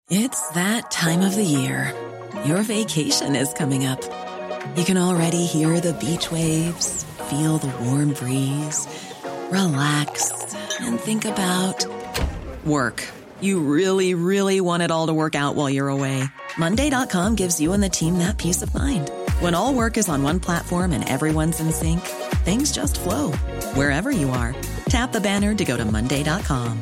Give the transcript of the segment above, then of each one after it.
It's that time of the year. Your vacation is coming up. You can already hear the beach waves, feel the warm breeze, relax, and think about work. You really, really want it all to work out while you're away. Monday.com gives you and the team that peace of mind. When all work is on one platform and everyone's in sync, things just flow. Wherever you are, tap the banner to go to Monday.com.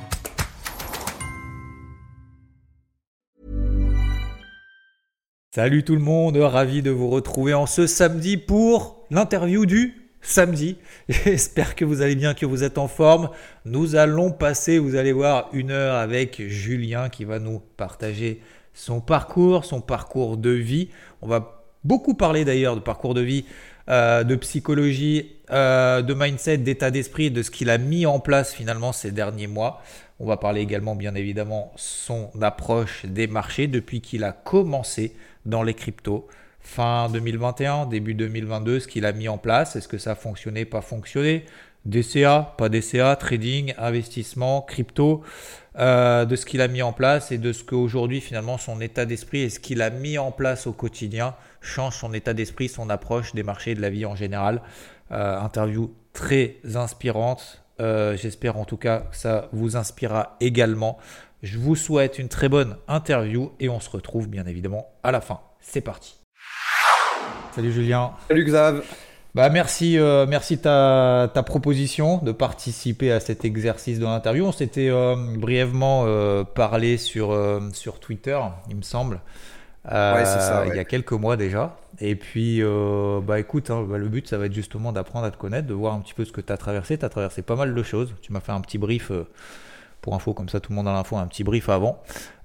Salut tout le monde, ravi de vous retrouver en ce samedi pour l'interview du samedi. J'espère que vous allez bien, que vous êtes en forme. Nous allons passer, vous allez voir, 1 heure avec Julien qui va nous partager son parcours de vie. On va beaucoup parler d'ailleurs de parcours de vie, de psychologie, de mindset, d'état d'esprit, de ce qu'il a mis en place finalement ces derniers mois. On va parler également bien évidemment son approche des marchés depuis qu'il a commencé dans les cryptos. Fin 2021, début 2022, ce qu'il a mis en place, est-ce que ça a fonctionné, pas fonctionné, DCA, pas DCA, trading, investissement, crypto, de ce qu'il a mis en place et de ce qu'aujourd'hui finalement son état d'esprit et ce qu'il a mis en place au quotidien change son état d'esprit, son approche des marchés et de la vie en général. Interview très inspirante, j'espère en tout cas que ça vous inspirera également. Je vous souhaite une très bonne interview et on se retrouve bien évidemment à la fin. C'est parti. Salut Julien. Salut Xav. Merci ta proposition de participer à cet exercice de l'interview. On s'était brièvement parlé sur Twitter, il me semble. Ouais, c'est ça, ouais. Il y a quelques mois déjà. Et puis, écoute, le but, ça va être justement d'apprendre à te connaître, de voir un petit peu ce que tu as traversé. Tu as traversé pas mal de choses. Tu m'as fait un petit brief pour info, comme ça tout le monde a l'info, un petit brief avant.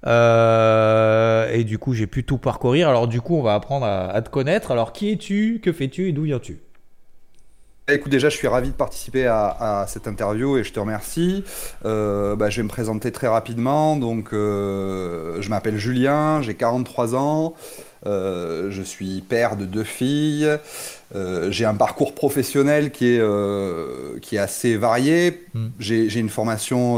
Et du coup, j'ai pu tout parcourir. Alors du coup, on va apprendre à te connaître. Alors, qui es-tu, que fais-tu et d'où viens-tu ? Écoute, déjà, je suis ravi de participer à cette interview et je te remercie. Je vais me présenter très rapidement. Donc, je m'appelle Julien, j'ai 43 ans. Je suis père de 2 filles. J'ai un parcours professionnel qui est assez varié. J'ai une formation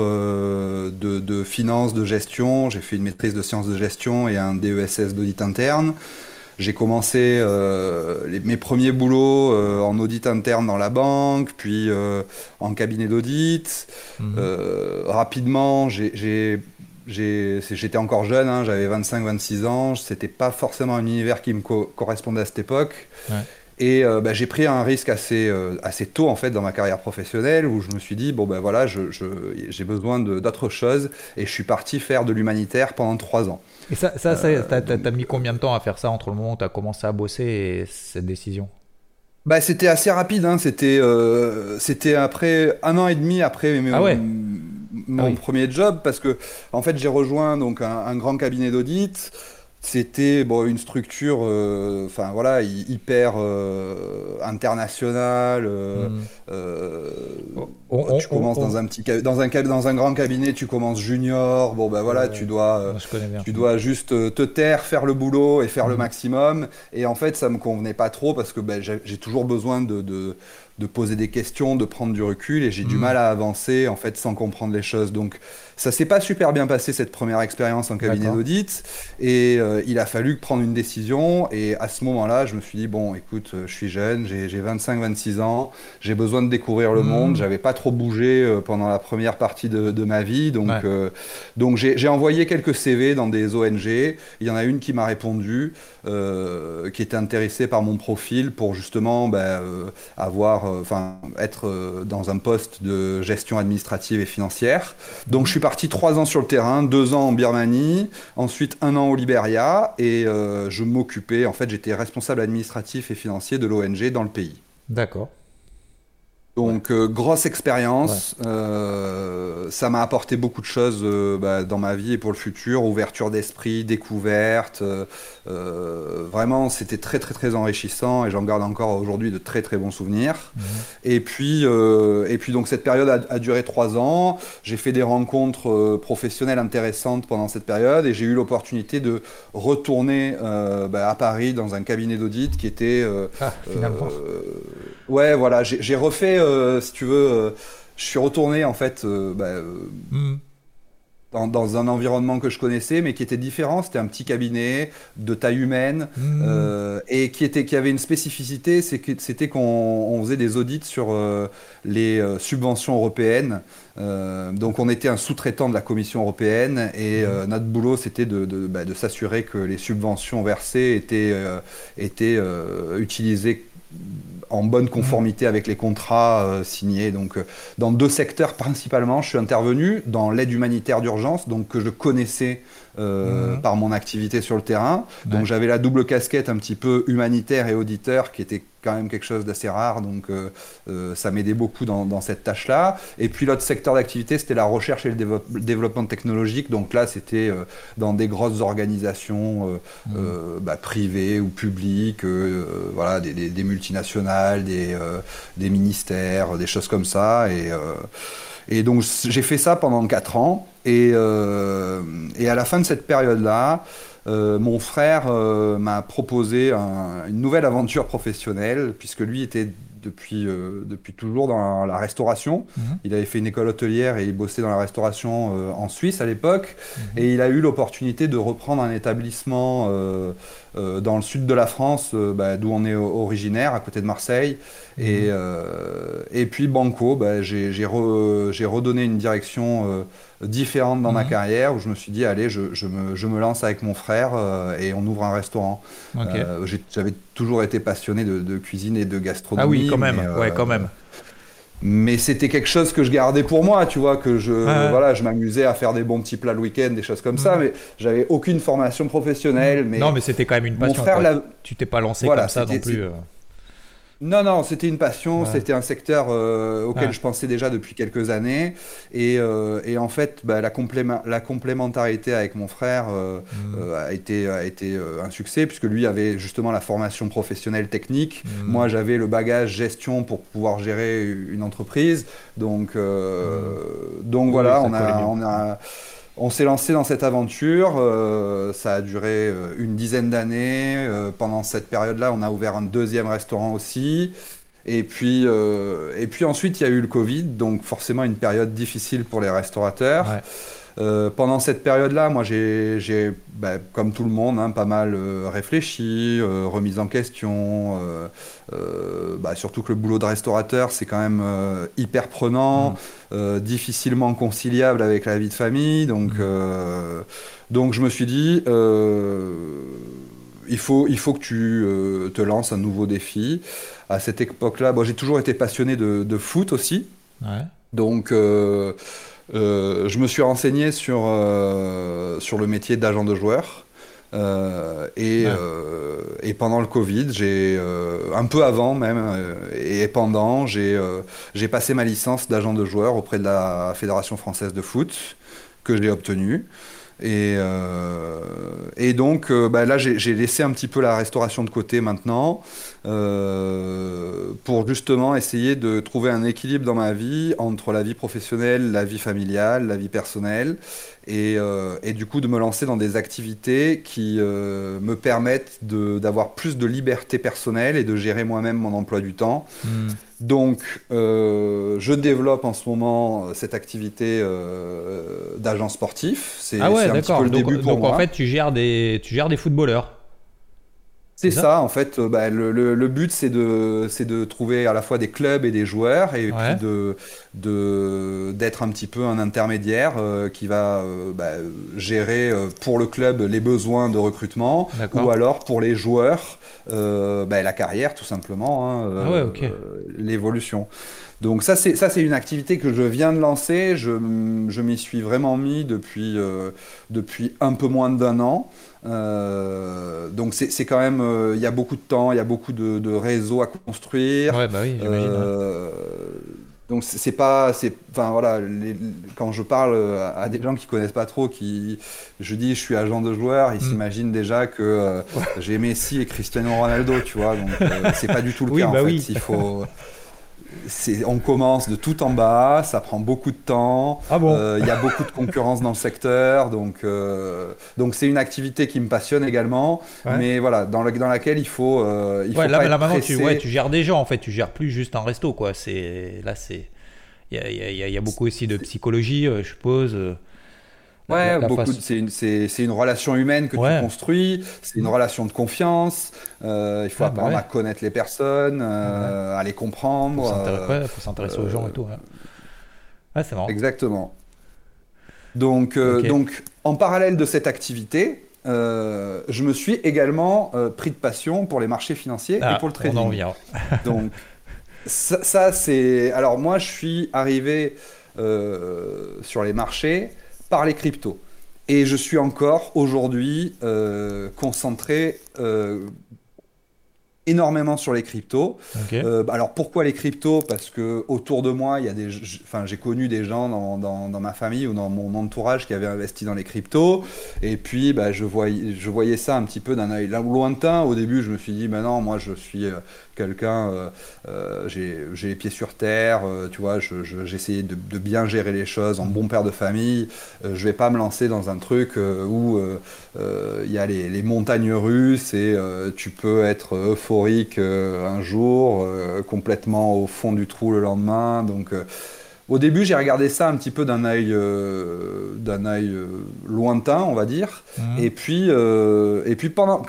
de finance, de gestion. J'ai fait une maîtrise de sciences de gestion et un DESS d'audit interne. J'ai commencé mes premiers boulots en audit interne dans la banque, puis en cabinet d'audit. Rapidement, j'étais encore jeune, hein, j'avais 25-26 ans. C'était pas forcément un univers qui me correspondait à cette époque. Ouais. Et j'ai pris un risque assez tôt en fait dans ma carrière professionnelle où je me suis dit j'ai besoin d'autre chose et je suis parti faire de l'humanitaire pendant 3 ans. Et t'as mis combien de temps à faire ça entre le moment où tu as commencé à bosser et cette décision ? C'était assez rapide, hein. C'était après 1 an et demi après mon premier job parce que en fait j'ai rejoint donc un grand cabinet d'audit. C'était une structure hyper internationale. Tu commences dans un grand cabinet, tu commences junior. Tu dois juste te taire, faire le boulot et faire le maximum. Et en fait, ça me convenait pas trop parce que j'ai toujours besoin de poser des questions, de prendre du recul et j'ai du mal à avancer en fait sans comprendre les choses. Donc ça s'est pas super bien passé cette première expérience en cabinet d'audit et il a fallu prendre une décision et à ce moment-là je me suis dit écoute, je suis jeune, j'ai 25-26 ans, j'ai besoin de découvrir le monde, j'avais pas trop bougé pendant la première partie de ma vie donc j'ai envoyé quelques CV dans des ONG, il y en a une qui m'a répondu qui était intéressée par mon profil pour justement être dans un poste de gestion administrative et financière. Donc je suis parti 3 ans sur le terrain, 2 ans en Birmanie, ensuite 1 an au Libéria et je m'occupais, en fait j'étais responsable administratif et financier de l'ONG dans le pays. D'accord. Donc grosse expérience, ça m'a apporté beaucoup de choses dans ma vie et pour le futur, ouverture d'esprit, découverte, vraiment c'était très très très enrichissant et j'en garde encore aujourd'hui de très très bons souvenirs. Et puis donc cette période a duré 3 ans, j'ai fait des rencontres professionnelles intéressantes pendant cette période et j'ai eu l'opportunité de retourner à Paris dans un cabinet d'audit qui était finalement. Ouais, voilà, j'ai refait, si tu veux, je suis retourné en fait dans un environnement que je connaissais, mais qui était différent. C'était un petit cabinet de taille humaine et qui avait une spécificité, c'était qu'on faisait des audits sur les subventions européennes. Donc on était un sous-traitant de la Commission européenne et notre boulot c'était de s'assurer que les subventions versées étaient utilisées en bonne conformité avec les contrats signés. Donc, dans 2 secteurs principalement, je suis intervenu dans l'aide humanitaire d'urgence, donc que je connaissais par mon activité sur le terrain. Donc, j'avais la double casquette un petit peu humanitaire et auditeur, qui était quand même quelque chose d'assez rare. Donc, ça m'aidait beaucoup dans cette tâche-là. Et puis, l'autre secteur d'activité, c'était la recherche et le développement technologique. Donc là, c'était dans des grosses organisations privées ou publiques, voilà, des multinationales, des ministères, des choses comme ça. Et donc, j'ai fait ça pendant 4 ans. Et à la fin de cette période-là, mon frère m'a proposé une nouvelle aventure professionnelle, puisque lui était depuis toujours dans la restauration. Il avait fait une école hôtelière et il bossait dans la restauration en Suisse à l'époque. Et il a eu l'opportunité de reprendre un établissement dans le sud de la France, d'où on est originaire, à côté de Marseille. Et puis Banco, j'ai redonné une direction différente dans ma carrière, où je me suis dit, allez, je me lance avec mon frère et on ouvre un restaurant. Okay. J'avais toujours été passionné de cuisine et de gastronomie. Ah oui, quand même, quand même. Mais c'était quelque chose que je gardais pour moi, tu vois, que je m'amusais à faire des bons petits plats le week-end, des choses comme ça, mais j'avais aucune formation professionnelle. Mais non, mais c'était quand même une passion. Tu t'es pas lancé comme ça non plus. Non, c'était une passion, c'était un secteur auquel je pensais déjà depuis quelques années. Et en fait, la complémentarité avec mon frère a été un succès, puisque lui avait justement la formation professionnelle technique. Moi, j'avais le bagage gestion pour pouvoir gérer une entreprise. Donc voilà, on s'est lancé dans cette aventure, ça a duré une dizaine d'années. Pendant cette période-là, on a ouvert un 2e restaurant aussi. Et puis ensuite, il y a eu le Covid, donc forcément une période difficile pour les restaurateurs. Pendant cette période-là, moi, j'ai comme tout le monde, pas mal réfléchi, remis en question. Surtout que le boulot de restaurateur, c'est quand même hyper prenant, difficilement conciliable avec la vie de famille. Donc je me suis dit, il faut que tu te lances un nouveau défi. À cette époque-là, j'ai toujours été passionné de foot aussi. Donc je me suis renseigné sur le métier d'agent de joueur. Et pendant le Covid, un peu avant même, et pendant, j'ai passé ma licence d'agent de joueur auprès de la Fédération française de foot, que j'ai obtenue. Et donc là, j'ai laissé un petit peu la restauration de côté maintenant, pour justement essayer de trouver un équilibre dans ma vie entre la vie professionnelle, la vie familiale, la vie personnelle, et du coup de me lancer dans des activités qui me permettent d'avoir plus de liberté personnelle et de gérer moi-même mon emploi du temps. Donc, je développe en ce moment cette activité d'agent sportif. C'est un petit peu le début pour moi. Donc, en fait, tu gères des footballeurs. C'est ça, en fait. Le but, c'est de trouver à la fois des clubs et des joueurs, et puis d'être un petit peu un intermédiaire qui va gérer pour le club les besoins de recrutement, ou alors pour les joueurs la carrière, tout simplement, l'évolution. Donc ça c'est une activité que je viens de lancer. Je m'y suis vraiment mis depuis un peu moins d'1 an. Donc c'est quand même, il y a beaucoup de temps, il y a beaucoup de réseaux à construire. Oui, j'imagine. Donc enfin voilà, quand je parle à des gens qui connaissent pas trop, je dis je suis agent de joueur, ils s'imaginent déjà que j'ai Messi et Cristiano Ronaldo, tu vois. Donc c'est pas du tout le cas en fait. Il faut on commence de tout en bas, ça prend beaucoup de temps. Il y a beaucoup de concurrence dans le secteur, donc c'est une activité qui me passionne également, mais voilà, dans laquelle il faut là, pas être pressé. Maintenant tu gères des gens en fait, tu gères plus juste un resto quoi. Il y a beaucoup aussi de psychologie, je suppose. Ouais, la beaucoup. façon. C'est une relation humaine que tu Ouais. construis. C'est une relation de confiance. Il faut Ah, bah apprendre ouais. à connaître les personnes, Ah, bah ouais. à les comprendre. Faut s'intéresser aux gens et tout. Ouais, ouais c'est marrant. Exactement. Donc, Ok. en parallèle de cette activité, je me suis également pris de passion pour les marchés financiers et pour Ah, le on en trading. vient. Donc, ça, c'est. Alors, moi, je suis arrivé sur les marchés par les cryptos. Et je suis encore aujourd'hui concentré énormément sur les cryptos. Ok. Alors pourquoi les cryptos? Parce que autour de moi, il y a enfin, j'ai connu des gens dans ma famille ou dans mon entourage qui avaient investi dans les cryptos. Et puis, bah, je voyais ça un petit peu d'un œil lointain. Au début, je me suis dit, ben non, moi, je suis quelqu'un, j'ai les pieds sur terre, tu vois, j'essayais de bien gérer les choses en bon père de famille. Je vais pas me lancer dans un truc où il y a les montagnes russes et tu peux être euphorique un jour, complètement au fond du trou le lendemain. Donc, au début, j'ai regardé ça un petit peu d'un œil lointain, on va dire. Mhm. Et puis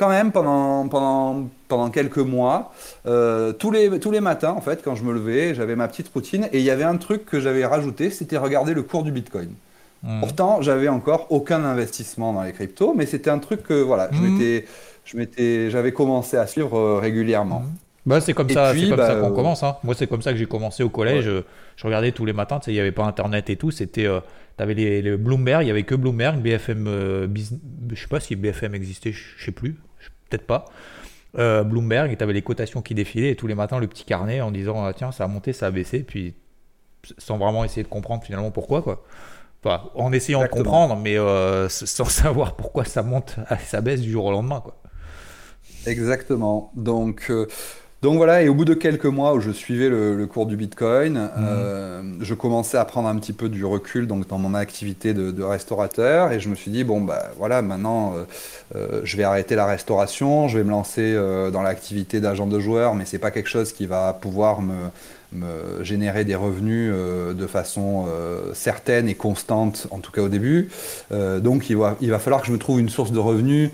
pendant quelques mois, tous les matins, en fait, quand je me levais, j'avais ma petite routine et il y avait un truc que j'avais rajouté, c'était regarder le cours du Bitcoin. Mhm. Pourtant, j'avais encore aucun investissement dans les cryptos, mais c'était un truc que voilà, Mhm. j'avais commencé à suivre régulièrement. Mhm. Bah, Et c'est puis, comme bah, ça qu'on commence, hein. Moi, c'est comme ça que j'ai commencé au collège. ouais. Je regardais tous les matins, tu sais, il n'y avait pas Internet et tout. T'avais les Bloomberg, il y avait que Bloomberg, BFM, je sais pas si BFM existait, je sais plus, peut-être pas. Bloomberg, et t'avais les cotations qui défilaient, et tous les matins, le petit carnet en disant, ah, tiens, ça a monté, ça a baissé, puis sans vraiment essayer de comprendre finalement pourquoi, quoi. Enfin, en essayant de Exactement. comprendre, mais sans savoir pourquoi ça monte, ça baisse du jour au lendemain, quoi. Exactement. Donc voilà, et au bout de quelques mois où je suivais le cours du Bitcoin, Mhm. je commençais à prendre un petit peu du recul donc, dans mon activité de restaurateur et je me suis dit, bon, bah voilà, maintenant je vais arrêter la restauration, je vais me lancer dans l'activité d'agent de joueur, mais c'est pas quelque chose qui va pouvoir me générer des revenus de façon certaine et constante, en tout cas au début. Donc il va falloir que je me trouve une source de revenus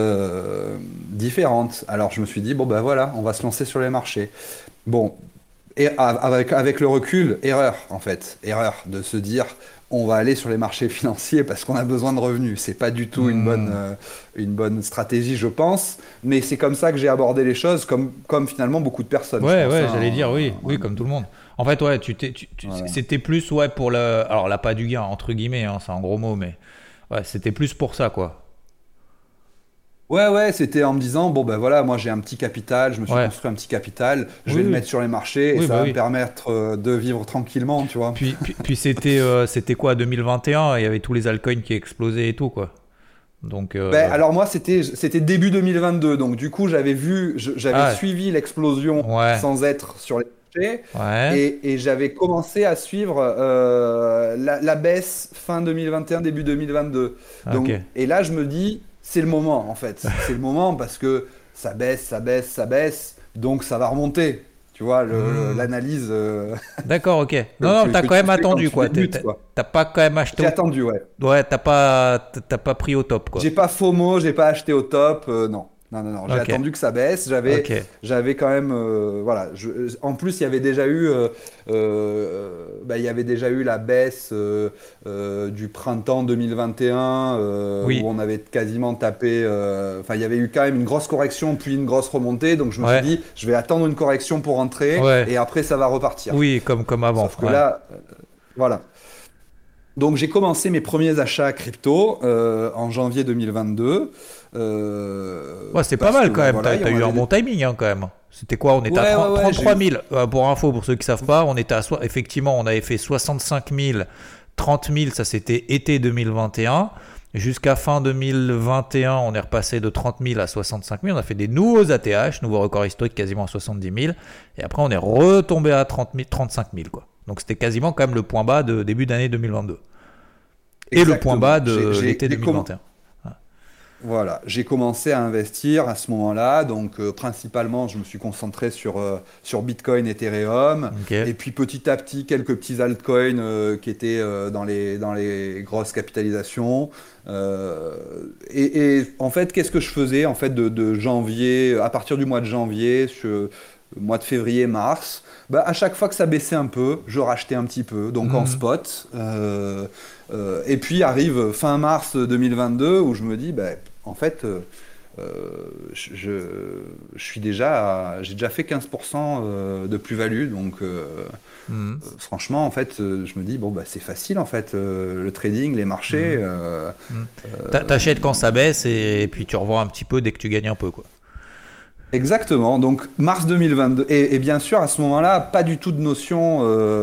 différente. Alors je me suis dit, bon ben voilà, on va se lancer sur les marchés. Bon, et avec le recul, erreur en fait. Erreur de se dire, on va aller sur les marchés financiers parce qu'on a besoin de revenus. C'est pas du tout Mhm. une bonne stratégie, je pense. Mais c'est comme ça que j'ai abordé les choses, comme finalement beaucoup de personnes, je Ouais, pense, ouais, hein. j'allais dire oui, Ouais, oui, comme tout le monde. En fait, ouais, voilà. c'était plus, ouais, pour alors l'appât du gain, entre guillemets, hein, c'est un gros mot, mais ouais, c'était plus pour ça, quoi. Ouais, ouais, c'était en me disant, bon ben voilà, moi j'ai un petit capital, je me suis Ouais, construit un petit capital, je oui, vais le oui, mettre sur les marchés et oui, ça bah va me oui. permettre de vivre tranquillement, tu vois. Puis c'était quoi, 2021, il y avait tous les altcoins qui explosaient et tout, quoi. Donc, Ben, alors moi c'était début 2022, donc du coup j'avais ah, suivi l'explosion ouais, sans être sur les marchés ouais, et j'avais commencé à suivre la baisse fin 2021, début 2022. Donc, ok. et là je me dis, c'est le moment en fait, c'est le moment parce que ça baisse, ça baisse, ça baisse, donc ça va remonter. Tu vois, Hmm. l'analyse D'accord, ok. que, Non, non, que- t'as que quand tu même fais quand attendu, tu quoi. débutes, quoi. T'as pas quand même acheté J'ai attendu, ouais. Ouais, t'as pas pris au top, quoi. J'ai pas FOMO, j'ai pas acheté au top, non. Non, non, non, j'ai Ok, attendu que ça baisse. J'avais, ok. j'avais quand même, voilà. En plus, il y avait déjà eu, bah, il y avait déjà eu la baisse du printemps 2021 où Oui, on avait quasiment tapé. Enfin, il y avait eu quand même une grosse correction puis une grosse remontée. Donc, je me suis ouais, dit, je vais attendre une correction pour rentrer ouais. et après, ça va repartir. Oui, comme avant, Sauf que ouais. là, voilà. Donc j'ai commencé mes premiers achats crypto en janvier 2022 Ouais, c'est pas parce que mal quand bah même. voilà, T'as on eu un avait bon timing, hein, quand même. C'était quoi? On était à ouais, ouais, ouais, j'ai 33 eu 000. Pour info, pour ceux qui savent pas, on était effectivement, on avait fait 65 000, 30 000, ça c'était été 2021. Jusqu'à fin 2021, on est repassé de 30 000 à 65 000. On a fait des nouveaux ATH, nouveaux records historiques quasiment à 70 000. Et après, on est retombé à 30 000, 35 000, quoi. Donc c'était quasiment quand même le point bas de début d'année 2022. Et le point bas exactement. de l'été 2021. Ouais. Voilà, j'ai commencé à investir à ce moment-là, donc principalement je me suis concentré sur Bitcoin, Ethereum, Ok. et puis petit à petit quelques petits altcoins qui étaient dans les grosses capitalisations. Et en fait, qu'est-ce que je faisais en fait de janvier, à partir du mois de janvier, mois de février, mars, bah, à chaque fois que ça baissait un peu, je rachetais un petit peu, donc en Mhm. spot. Et puis arrive fin mars 2022 où je me dis, bah, en fait, j'ai déjà fait 15% de plus-value, donc Mhm. franchement, en fait, je me dis, bon, bah, c'est facile, en fait, le trading, les marchés. Mhm. Mhm. T'achètes quand ça baisse et puis tu revends un petit peu dès que tu gagnes un peu, quoi. Exactement, donc mars 2022. Et bien sûr, à ce moment-là, pas du tout de notion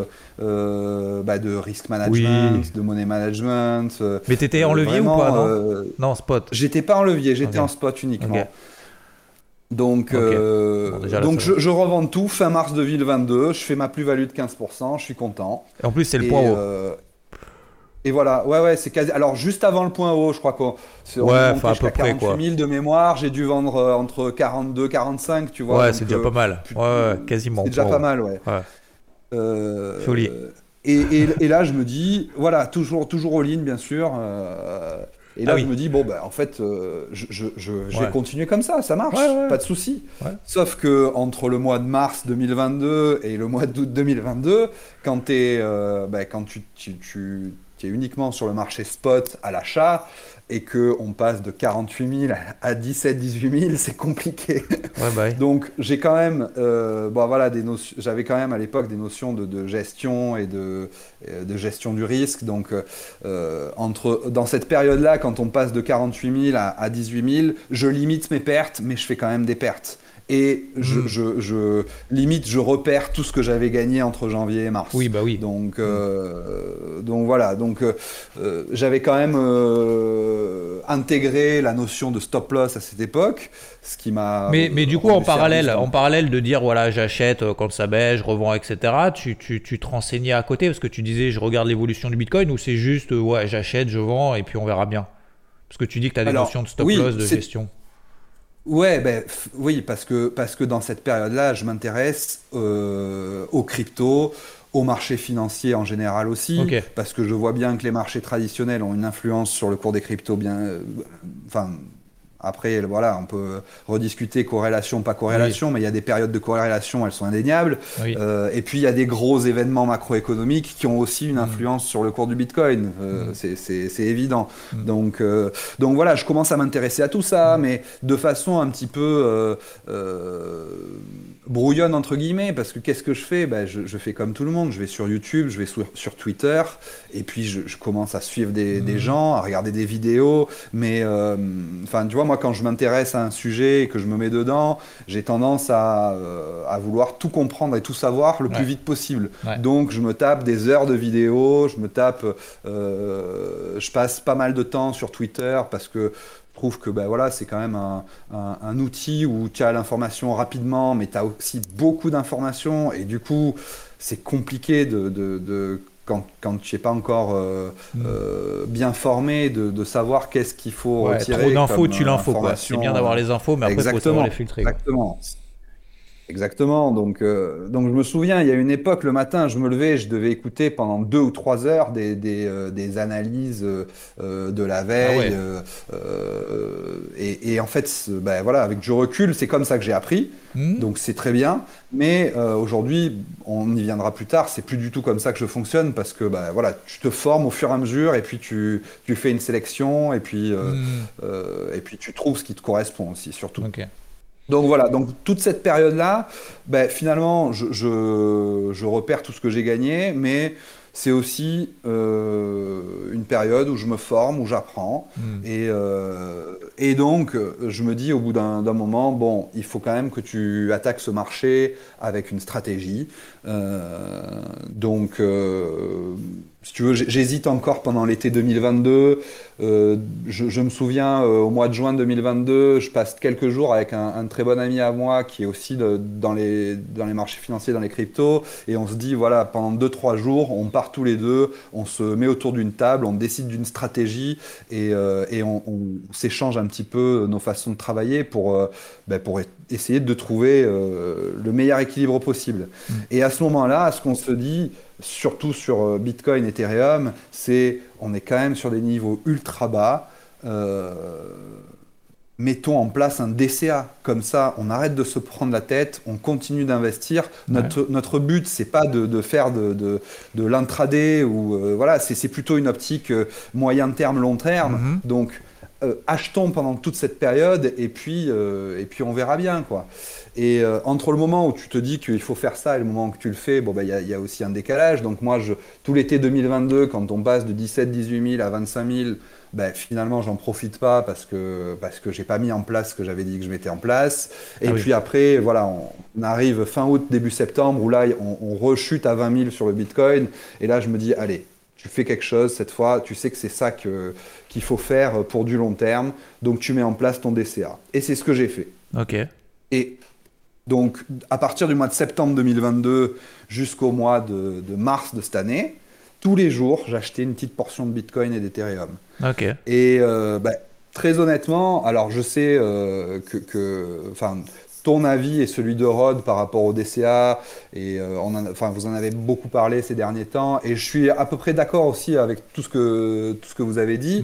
bah, de risk Oui. management, de money management. Mais t'étais en levier ou pas, Vraiment, non? Non, spot. j'étais pas en levier, Ok. j'étais en spot Ok. uniquement. Donc, Ok. Bon, déjà là, ça va. je revends tout fin mars 2022, je fais ma plus-value de 15%, je suis content. Et en plus, c'est le point Et, haut. euh, et voilà, ouais, ouais, c'est quasi. Alors, juste avant le point haut, je crois qu'on est Ouais, enfin monté à peu jusqu'à près, 48 quoi. 000 de mémoire. J'ai dû vendre entre 42 et 45, tu vois. Ouais, c'est Donc, déjà pas mal. Ouais, ouais, quasiment c'est au déjà point pas haut. mal, ouais. Ouais. Folie. Et là, je me dis, voilà, toujours all-in, bien sûr. Et Ah là, je oui. me dis, bon, ben, en fait, je vais Ouais. continuer comme ça Ouais, marche, ouais. pas de souci. Ouais. Sauf que entre le mois de mars 2022 et le mois d'août 2022, quand tu es uniquement sur le marché spot à l'achat et que on passe de 48 000 à 17 000, 18 000, c'est compliqué. Ouais, bah oui. Donc j'ai quand même, bon, voilà, j'avais quand même à l'époque des notions de gestion et de gestion du risque. Donc dans cette période-là, quand on passe de 48 000 à 18 000, je limite mes pertes, mais je fais quand même des pertes. Et Hmm. limite, je repère tout ce que j'avais gagné entre janvier et Oui, mars. bah oui. Hmm. Donc voilà, j'avais quand même intégré la notion de stop loss à cette époque, ce qui m'a Mais du coup, rendu service en donc. parallèle de dire, voilà, j'achète quand ça baisse, je revends, etc., tu te renseignais à côté parce que tu disais, je regarde l'évolution du Bitcoin ou c'est juste, ouais, j'achète, je vends et puis on verra bien. Parce que tu dis que tu as des notions Alors de stop oui, loss, de gestion. ouais, oui, parce que dans cette période-là, je m'intéresse aux cryptos, aux marchés financiers en général aussi, Ok. parce que je vois bien que les marchés traditionnels ont une influence sur le cours des cryptos bien, enfin, après, voilà, on peut rediscuter corrélation, pas Oui, corrélation, mais il y a des périodes de corrélation, elles sont indéniables. oui. Et puis, il y a des gros événements macroéconomiques qui ont aussi une Hmm. influence sur le cours du Bitcoin. Hmm. C'est évident. Hmm. Donc voilà, je commence à m'intéresser à tout ça, Hmm. mais de façon un petit peu euh, brouillonne, entre guillemets, parce que qu'est-ce que je fais? Ben, je fais comme tout le monde, je vais sur YouTube, je vais sur Twitter, et puis je commence à suivre des Hmm. gens, à regarder des vidéos, mais enfin, tu vois, moi, quand je m'intéresse à un sujet et que je me mets dedans, j'ai tendance à vouloir tout comprendre et tout savoir le plus Ouais, vite possible. ouais. Donc, je me tape des heures de vidéos, je passe pas mal de temps sur Twitter parce que je trouve que ben voilà, c'est quand même un outil où tu as l'information rapidement, mais tu as aussi beaucoup d'informations et du coup, c'est compliqué quand tu n'es pas encore Hmm. bien formé de savoir qu'est-ce qu'il faut Ouais, trop retirer d'infos comme tue l'info, quoi. C'est bien information. d'avoir les infos, mais après, il faut savoir les Exactement, filtrer, quoi. exactement. Exactement. Donc je me souviens, il y a une époque, le matin, je me levais, je devais écouter pendant 2 ou 3 heures des analyses de la Ah veille. ouais. Et en fait, ben voilà, avec du recul, c'est comme ça que j'ai appris. Hmm. Donc c'est très bien. Mais aujourd'hui, on y viendra plus tard, c'est plus du tout comme ça que je fonctionne parce que ben, voilà, tu te formes au fur et à mesure et puis tu fais une sélection Hmm. et puis tu trouves ce qui te correspond aussi, surtout. Ok. Donc voilà, donc toute cette période-là, ben, finalement, je repère tout ce que j'ai gagné, mais c'est aussi une période où je me forme, où j'apprends. Hmm. Et donc, je me dis au bout d'un moment, bon, il faut quand même que tu attaques ce marché avec une stratégie. Donc, si tu veux, j'hésite encore pendant l'été 2022. Je me souviens, au mois de juin 2022, je passe quelques jours avec un très bon ami à moi qui est aussi dans les marchés financiers, dans les cryptos. Et on se dit, voilà, pendant 2-3 jours, on part tous les deux, on se met autour d'une table, on décide d'une stratégie et on s'échange un petit peu nos façons de travailler pour essayer de trouver le meilleur équilibre possible. Et à ce moment-là, ce qu'on se dit, surtout sur Bitcoin, Ethereum, c'est on est quand même sur des niveaux ultra bas. Mettons en place un DCA. Comme ça, on arrête de se prendre la tête, on continue d'investir. Notre but, c'est pas de faire de l'intraday ou voilà, c'est plutôt une optique moyen terme, long terme. Donc achetons pendant toute cette période et puis on verra bien, quoi. Et entre le moment où tu te dis qu'il faut faire ça et le moment où tu le fais, y a aussi un décalage. Donc moi, tout l'été 2022, quand on passe de 17-18 000 à 25 000, finalement, j'en profite pas parce que j'ai pas mis en place ce que j'avais dit que je mettais en place. Et puis après, voilà, on arrive fin août, début septembre, où là, on rechute à 20 000 sur le Bitcoin. Et là, je me dis, allez, tu fais quelque chose cette fois, tu sais que c'est ça qu'il faut faire pour du long terme, donc tu mets en place ton DCA. Et c'est ce que j'ai fait. Ok. Et donc, à partir du mois de septembre 2022 jusqu'au mois de mars de cette année, tous les jours, j'achetais une petite portion de Bitcoin et d'Ethereum. Ok. Et très honnêtement, alors je sais ton avis et celui de Rod par rapport au DCA, et vous en avez beaucoup parlé ces derniers temps, et je suis à peu près d'accord aussi avec tout ce que vous avez dit.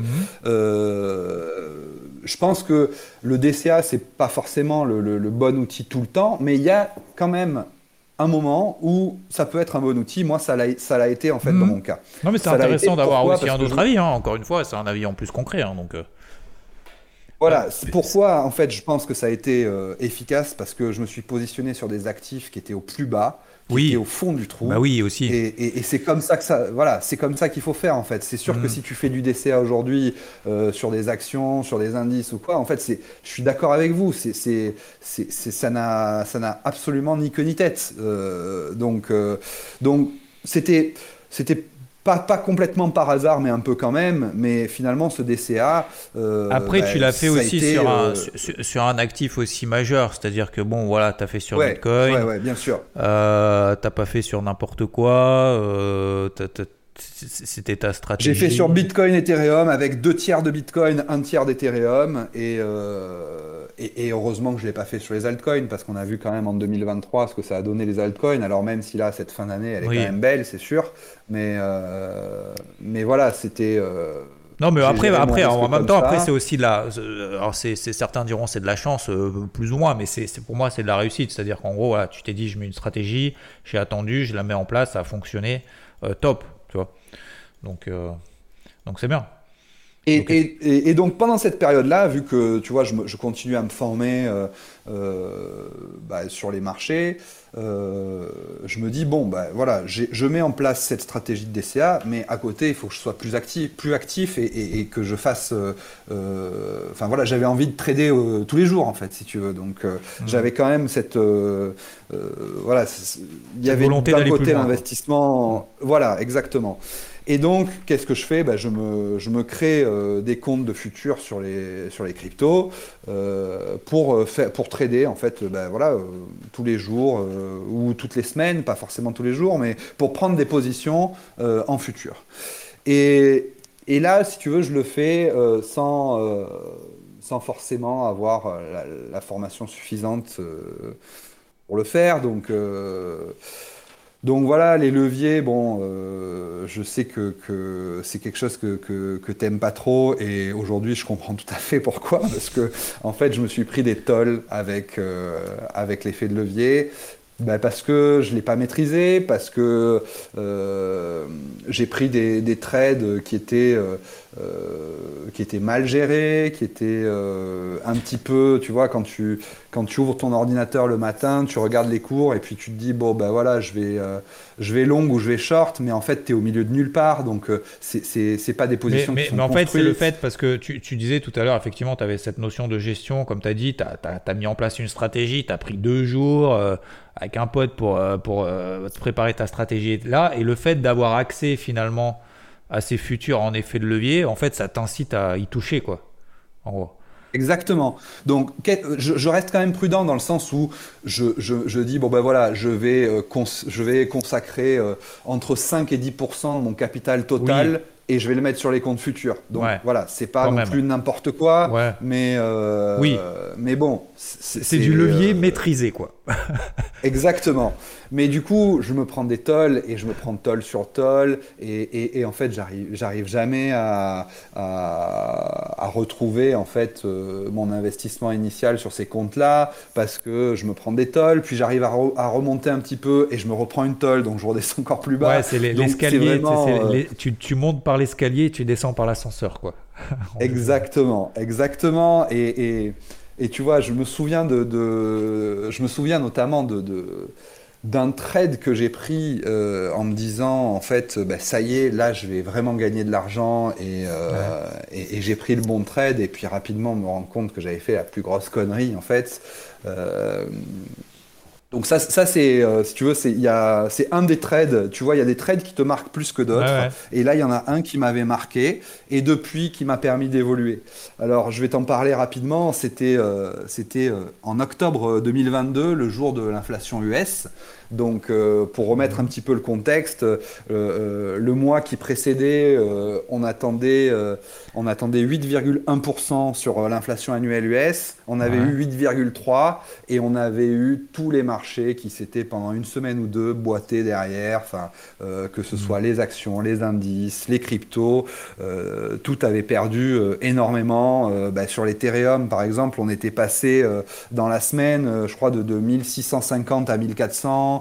Je pense que le DCA, c'est pas forcément le bon outil tout le temps, mais il y a quand même un moment où ça peut être un bon outil. Moi, ça l'a été en fait dans mon cas. Non, mais c'est intéressant d'avoir aussi un autre avis. Encore une fois, c'est un avis en plus concret. Donc. Voilà, c'est pourquoi en fait je pense que ça a été efficace, parce que je me suis positionné sur des actifs qui étaient au plus bas, qui étaient au fond du trou. Bah oui, aussi. Et c'est comme ça c'est comme ça qu'il faut faire en fait. C'est sûr que si tu fais du DCA aujourd'hui sur des actions, sur des indices ou quoi, en fait je suis d'accord avec vous. Ça n'a absolument ni queue ni tête. Donc c'était pas complètement par hasard, mais un peu quand même. Mais finalement, ce DCA... Après, tu l'as fait aussi sur un actif aussi majeur. C'est-à-dire que, bon, voilà, tu as fait sur Bitcoin. Oui, bien sûr. T'as pas fait sur n'importe quoi. C'était ta stratégie. J'ai fait sur Bitcoin, Ethereum, avec 2/3 de Bitcoin, 1/3 d'Ethereum. Et heureusement que je ne l'ai pas fait sur les altcoins, parce qu'on a vu quand même en 2023 ce que ça a donné les altcoins. Alors même si là, cette fin d'année, elle est quand même belle, c'est sûr. Mais voilà, c'était... Non, mais après en même temps, après, c'est aussi de la... Alors, certains diront c'est de la chance, plus ou moins, mais pour moi, c'est de la réussite. C'est-à-dire qu'en gros, voilà, tu t'es dit, je mets une stratégie, j'ai attendu, je la mets en place, ça a fonctionné, top, tu vois. Donc c'est bien. Et donc pendant cette période-là, vu que tu vois, je continue à me former sur les marchés, je me dis voilà, je mets en place cette stratégie de DCA, mais à côté il faut que je sois plus actif et que je fasse. Voilà, j'avais envie de trader tous les jours en fait, si tu veux. Donc j'avais quand même cette voilà, il y avait d'un côté l'investissement, voilà, exactement. Et donc, qu'est-ce que je fais ? Je me crée des comptes de futurs sur les cryptos pour trader en fait, tous les jours ou toutes les semaines, pas forcément tous les jours, mais pour prendre des positions en futur. Et là, si tu veux, je le fais sans forcément avoir la formation suffisante pour le faire. Donc voilà, les leviers, je sais que c'est quelque chose que t'aimes pas trop, et aujourd'hui je comprends tout à fait pourquoi, parce que en fait je me suis pris des tolls avec l'effet de levier. Parce que je ne l'ai pas maîtrisé, parce que j'ai pris des trades qui étaient mal gérés, qui étaient un petit peu, tu vois, quand tu ouvres ton ordinateur le matin, tu regardes les cours et puis tu te dis, voilà, je vais long ou je vais short, mais en fait, tu es au milieu de nulle part, donc c'est pas des positions qui sont mais en fait, construites. c'est le fait, parce que tu disais tout à l'heure, effectivement, tu avais cette notion de gestion, comme tu as dit, tu as mis en place une stratégie, tu as pris 2 jours avec un pote pour te préparer ta stratégie là, et le fait d'avoir accès finalement à ces futurs en effet de levier, en fait, ça t'incite à y toucher, quoi. En gros. Exactement. Donc, je reste quand même prudent dans le sens où je dis, bon ben voilà, je vais consacrer entre 5 et 10% de mon capital total. Oui. Et je vais le mettre sur les comptes futurs. Donc voilà, c'est pas Quand non même. plus n'importe quoi, Ouais. Oui. mais bon. C'est du levier maîtrisé, quoi. Exactement. Mais du coup, je me prends des tolls et je me prends toll sur toll et en fait, j'arrive jamais à retrouver en fait mon investissement initial sur ces comptes-là parce que je me prends des tolls, puis j'arrive à remonter un petit peu et je me reprends une toll, donc je redescends encore plus bas. Ouais, c'est Donc, l'escalier. vraiment, Tu montes par l'escalier et tu descends par l'ascenseur, quoi. exactement. Et tu vois, je me souviens notamment d'un trade que j'ai pris en me disant, en fait, bah, ça y est, là, je vais vraiment gagner de l'argent et j'ai pris le bon trade. Et puis rapidement, me rendre compte que j'avais fait la plus grosse connerie, en fait. Euh, donc ça c'est, si tu veux, c'est un des trades. Tu vois, il y a des trades qui te marquent plus que d'autres. Ouais. Et là, il y en a un qui m'avait marqué et depuis qui m'a permis d'évoluer. Alors, je vais t'en parler rapidement. C'était en octobre 2022, le jour de l'inflation US. Donc, pour remettre un petit peu le contexte, le mois qui précédait, on attendait 8,1% sur l'inflation annuelle US. On avait eu 8,3% et on avait eu tous les marchés qui s'étaient pendant une semaine ou deux boités derrière. Enfin, que ce soit les actions, les indices, les cryptos, tout avait perdu énormément. Sur l'Ethereum, par exemple, on était passé dans la semaine, je crois, de 1650 à 1400.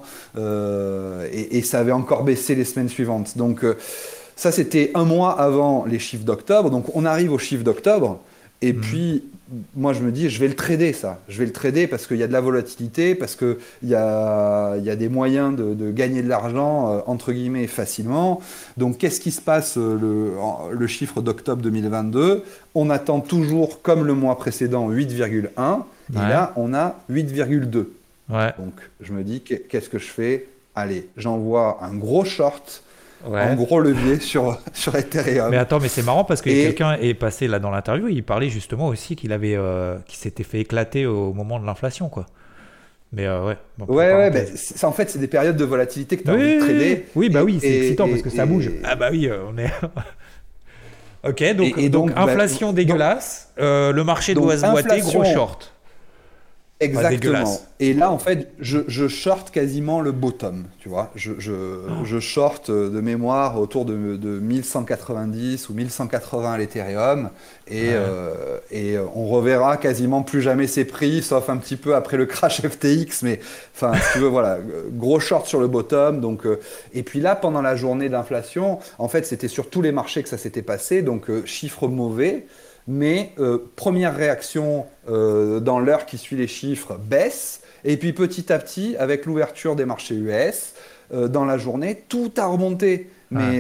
Et ça avait encore baissé les semaines suivantes. Donc ça, c'était un mois avant les chiffres d'octobre. Donc on arrive aux chiffres d'octobre. Et puis, moi, je me dis, je vais le trader, ça. Je vais le trader parce qu'il y a de la volatilité, parce qu'il y a des moyens de gagner de l'argent, entre guillemets, facilement. Donc, qu'est-ce qui se passe le chiffre d'octobre 2022 ? On attend toujours, comme le mois précédent, 8,1. Et là, on a 8,2. Ouais. Donc, je me dis, qu'est-ce que je fais ? Allez, j'envoie un gros short, Ouais. un gros levier sur Ethereum. Mais attends, mais c'est marrant parce que quelqu'un est passé là dans l'interview, il parlait justement aussi qu'il s'était fait éclater au moment de l'inflation, quoi. Mais ouais. Bon, En fait, c'est des périodes de volatilité que tu as envie de trader. Oui, c'est excitant parce que ça bouge. Ah bah oui, on est. Ok, donc inflation dégueulasse, le marché doit se boiter, gros short. Exactement. Et là, en fait, je short quasiment le bottom, tu vois. Je short de mémoire autour de 1190 ou 1180 à l'Ethereum. Et on reverra quasiment plus jamais ces prix, sauf un petit peu après le crash FTX. Mais enfin, si tu veux, voilà, gros short sur le bottom. Donc, et puis là, pendant la journée d'inflation, en fait, c'était sur tous les marchés que ça s'était passé. Donc, chiffre mauvais. Mais première réaction dans l'heure qui suit les chiffres, baisse. Et puis petit à petit, avec l'ouverture des marchés US, dans la journée, tout a remonté. Mais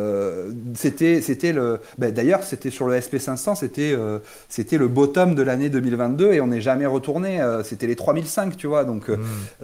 c'était le. D'ailleurs, c'était sur le SP500, c'était le bottom de l'année 2022 et on n'est jamais retourné. C'était les 3005, tu vois. Donc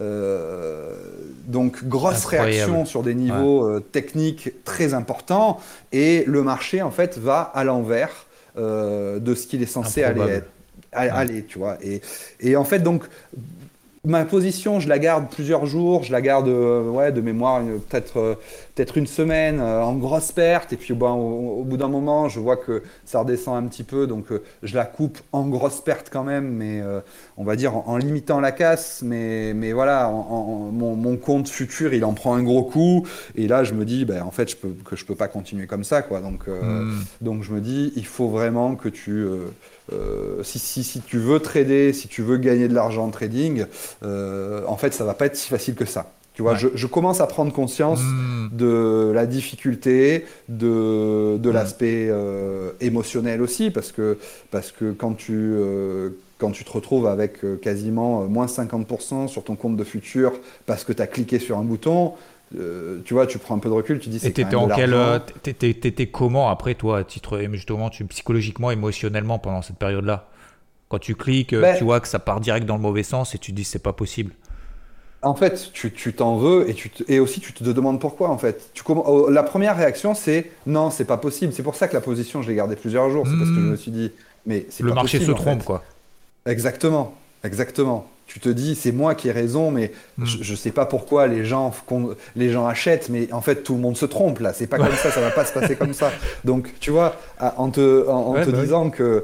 grosse réaction sur des niveaux techniques très importants. Et le marché, en fait, va à l'envers de ce qu'il est censé aller, tu vois. Et en fait, donc, ma position, je la garde plusieurs jours, je la garde de mémoire peut-être une semaine en grosse perte, et puis au bout d'un moment, je vois que ça redescend un petit peu, donc je la coupe en grosse perte quand même, mais on va dire en limitant la casse, mais voilà, mon compte futur, il en prend un gros coup, et là je me dis, en fait, je peux pas continuer comme ça, quoi. Donc je me dis, il faut vraiment que tu si tu veux trader, si tu veux gagner de l'argent en trading, en fait, ça va pas être si facile que ça. Tu vois, je commence à prendre conscience de la difficulté, de l'aspect émotionnel aussi, parce que quand tu te retrouves avec quasiment moins 50% sur ton compte de futur parce que tu as cliqué sur un bouton, tu vois, tu prends un peu de recul, tu dis c'est quand même de l'argent. T'étais comment après toi, à titre justement, psychologiquement, émotionnellement pendant cette période-là? Quand tu cliques, tu vois que ça part direct dans le mauvais sens et tu te dis c'est pas possible. En fait, tu t'en veux et aussi tu te demandes pourquoi en fait. La première réaction c'est non, c'est pas possible. C'est pour ça que la position je l'ai gardée plusieurs jours. C'est parce que je me suis dit mais c'est Le pas marché se possible en trompe, fait. quoi. Exactement, exactement. Tu te dis, c'est moi qui ai raison, mais je sais pas pourquoi les gens achètent, mais en fait, tout le monde se trompe là. C'est pas comme ça va pas se passer comme ça. Donc, tu vois, en te Bah oui. disant que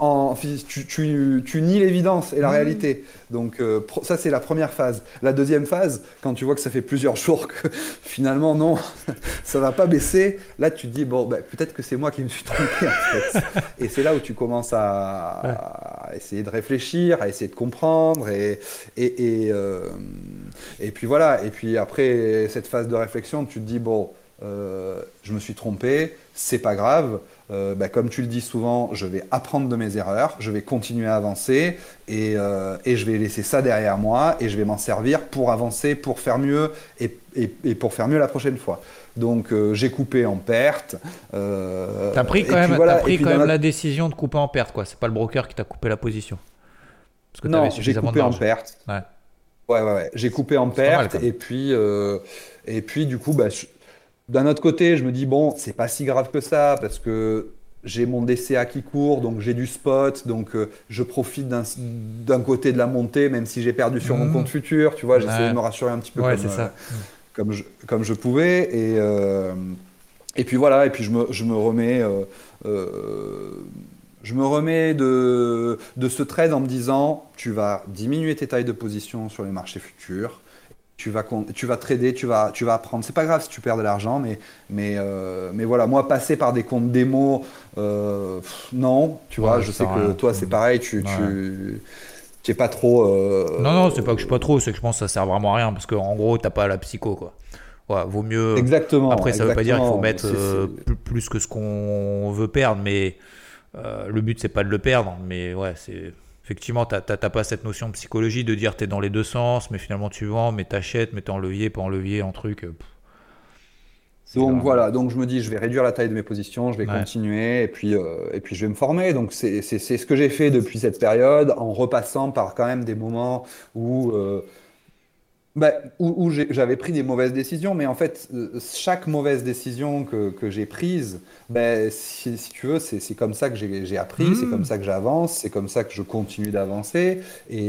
tu nies l'évidence et la réalité. Donc, ça, c'est la première phase. La deuxième phase, quand tu vois que ça fait plusieurs jours que finalement, non, ça va pas baisser, là, tu te dis, bon, bah, peut-être que c'est moi qui me suis trompé en fait. Et c'est là où tu commences à essayer de réfléchir, à essayer de comprendre et puis voilà. Et puis après cette phase de réflexion, tu te dis bon, je me suis trompé, c'est pas grave. Bah, comme tu le dis souvent, je vais apprendre de mes erreurs, je vais continuer à avancer et je vais laisser ça derrière moi et je vais m'en servir pour avancer, pour faire mieux et pour faire mieux la prochaine fois. Donc j'ai coupé en perte. T'as pris quand même, la décision de couper en perte, quoi. C'est pas le broker qui t'a coupé la position. Parce que Non, t'avais j'ai suffisamment coupé en d'argent. perte. Ouais. Ouais. J'ai coupé en C'est pas mal, perte quand même. et puis du coup, bah, d'un autre côté, je me dis bon, c'est pas si grave que ça parce que j'ai mon DCA qui court, donc j'ai du spot, donc je profite d'un côté de la montée, même si j'ai perdu sur mon compte futur. Tu vois, j'essayais de Ouais. me rassurer un petit peu Ouais, c'est ça. comme je pouvais et puis voilà, et puis je me remets. Je me remets de ce trade en me disant, tu vas diminuer tes tailles de position sur les marchés futurs, tu vas trader, tu vas apprendre. C'est pas grave si tu perds de l'argent, mais voilà, moi, passer par des comptes démo, non, tu vois, Ouais, je ça sais sert à que rien. toi, c'est pareil, Ouais. tu es pas trop. Non, c'est pas que je suis pas trop, c'est que je pense que ça sert vraiment à rien parce qu'en gros, t'as pas la psycho, quoi. Ouais, vaut mieux. Exactement, Après, ça veut pas dire qu'il faut exactement. mettre plus que ce qu'on veut perdre, mais le but, c'est pas de le perdre. Mais ouais, c'est. Effectivement, t'as pas cette notion de psychologie de dire t'es dans les deux sens, mais finalement tu vends, mais t'achètes, mais t'es en levier, pas en levier, en truc. C'est Donc vraiment. voilà, donc je me dis, je vais réduire la taille de mes positions, je vais Ouais. continuer, et puis je vais me former. Donc c'est ce que j'ai fait depuis cette période, en repassant par quand même des moments où, où j'avais pris des mauvaises décisions, mais en fait, chaque mauvaise décision que j'ai prise, si tu veux, c'est comme ça que j'ai appris, c'est comme Hmm. ça que j'avance, c'est comme ça que je continue d'avancer.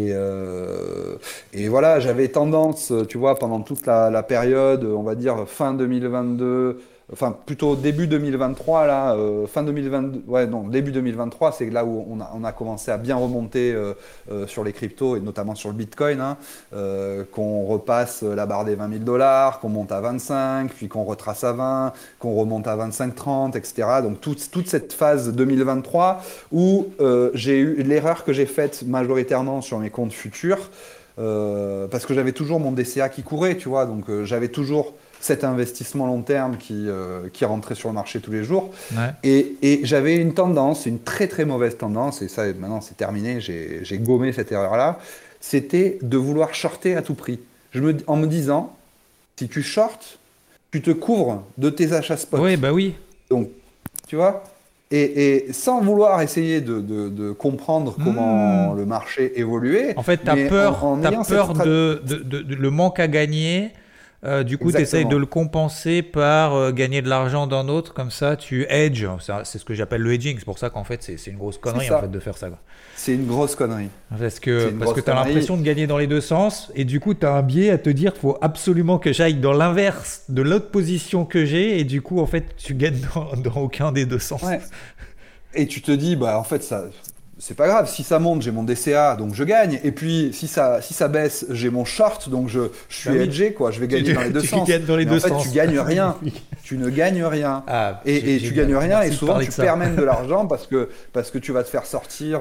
Et voilà, j'avais tendance, tu vois, pendant toute la période, on va dire fin 2022, enfin plutôt début 2023, là, fin 2022, ouais, non, début 2023, c'est là où on a commencé à bien remonter sur les cryptos et notamment sur le Bitcoin, hein, qu'on repasse la barre des 20 000 dollars, qu'on monte à 25, puis qu'on retrace à 20, qu'on remonte à 25-30, etc. Donc toute cette phase 2023 où j'ai eu l'erreur que j'ai faite majoritairement sur mes comptes futurs, parce que j'avais toujours mon DCA qui courait, tu vois, donc j'avais toujours cet investissement long terme qui rentrait sur le marché tous les jours. Ouais. Et j'avais une tendance, une très très mauvaise tendance, et ça maintenant c'est terminé, j'ai gommé cette erreur-là, c'était de vouloir shorter à tout prix. En me disant, si tu shortes, tu te couvres de tes achats Oui, spot. bah oui. Donc, tu vois, et sans vouloir essayer de comprendre comment Hmm. le marché évoluait, En fait, mais en t'as ayant cette peur stratégie. de le manque à gagner. Du coup, tu essayes de Exactement. le compenser par gagner de l'argent d'un autre. Comme ça, tu hedges. C'est ce que j'appelle le hedging. C'est pour ça qu'en fait, c'est une grosse C'est connerie en fait, ça. de faire ça, quoi. C'est une grosse connerie. C'est une Parce que grosse tu as connerie. l'impression de gagner dans les deux sens. Et du coup, tu as un biais à te dire qu'il faut absolument que j'aille dans l'inverse de l'autre position que j'ai. Et du coup, en fait, tu gagnes dans aucun des deux sens. Ouais. Et tu te dis, bah en fait, ça, c'est pas grave. Si ça monte, j'ai mon DCA, donc je gagne. Et puis, si ça baisse, j'ai mon short, donc je Bah suis oui. hedgé, quoi. Je vais gagner dans les deux Tu sens. gagnes dans les Mais deux en fait, sens. tu gagnes C'est rien. magnifique. Tu ne gagnes rien. Ah, Et tu génial. gagnes rien. Merci Et de souvent, parler tu de ça. perds même de l'argent parce que tu vas te faire sortir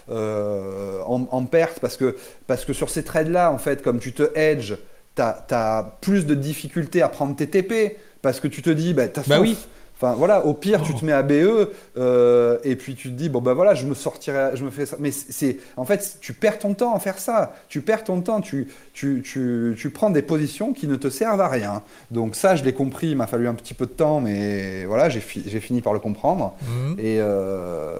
en perte. Parce que sur ces trades-là, en fait, comme tu te hedges, tu as plus de difficultés à prendre tes TP. Parce que tu te dis, bah, de toute Bah façon, oui. enfin voilà, au pire, tu Oh. te mets à BE et puis tu te dis, bon ben voilà, je me sortirai, je me fais ça. Mais en fait, tu perds ton temps à faire ça. Tu perds ton temps, tu prends des positions qui ne te servent à rien. Donc ça, je l'ai compris, il m'a fallu un petit peu de temps, mais voilà, j'ai fini par le comprendre. Mhm.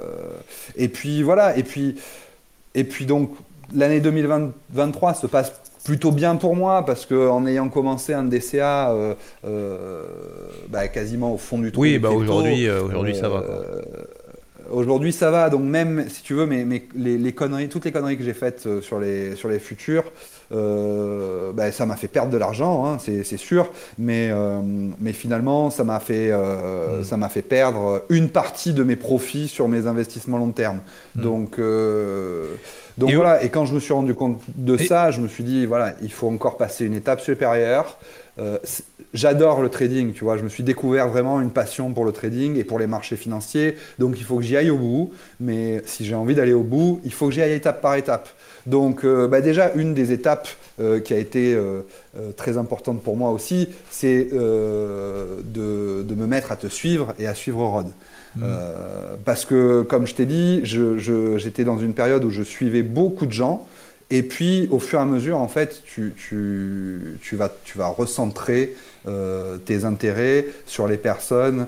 Et puis voilà, et puis donc l'année 2023 se passe plutôt bien pour moi parce que en ayant commencé un DCA quasiment au fond du trou Oui, des bah cryptos, aujourd'hui ça va quoi. euh, aujourd'hui ça va. Donc même si tu veux, les conneries, toutes les conneries que j'ai faites sur les futurs, ça m'a fait perdre de l'argent, hein, c'est sûr. Mais finalement, Mm. ça m'a fait perdre une partie de mes profits sur mes investissements long terme. Mm. Donc, euh, donc Et, voilà, et quand je me suis rendu compte de et- ça, je me suis dit, voilà, il faut encore passer une étape supérieure. J'adore le trading, tu vois, je me suis découvert vraiment une passion pour le trading et pour les marchés financiers, donc il faut que j'y aille au bout, mais si j'ai envie d'aller au bout, il faut que j'y aille étape par étape. Donc déjà, une des étapes qui a été très importante pour moi aussi, c'est de me mettre à te suivre et à suivre Rod. Mm. Parce que, comme je t'ai dit, j'étais dans une période où je suivais beaucoup de gens. Et puis, au fur et à mesure, en fait, tu vas recentrer tes intérêts sur les personnes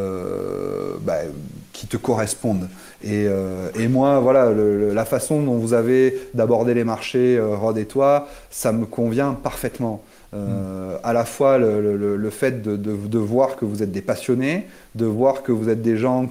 qui te correspondent. Et moi, voilà, la façon dont vous avez d'aborder les marchés, Rod et toi, ça me convient parfaitement. Mm. À la fois le fait de voir que vous êtes des passionnés, de voir que vous êtes des gens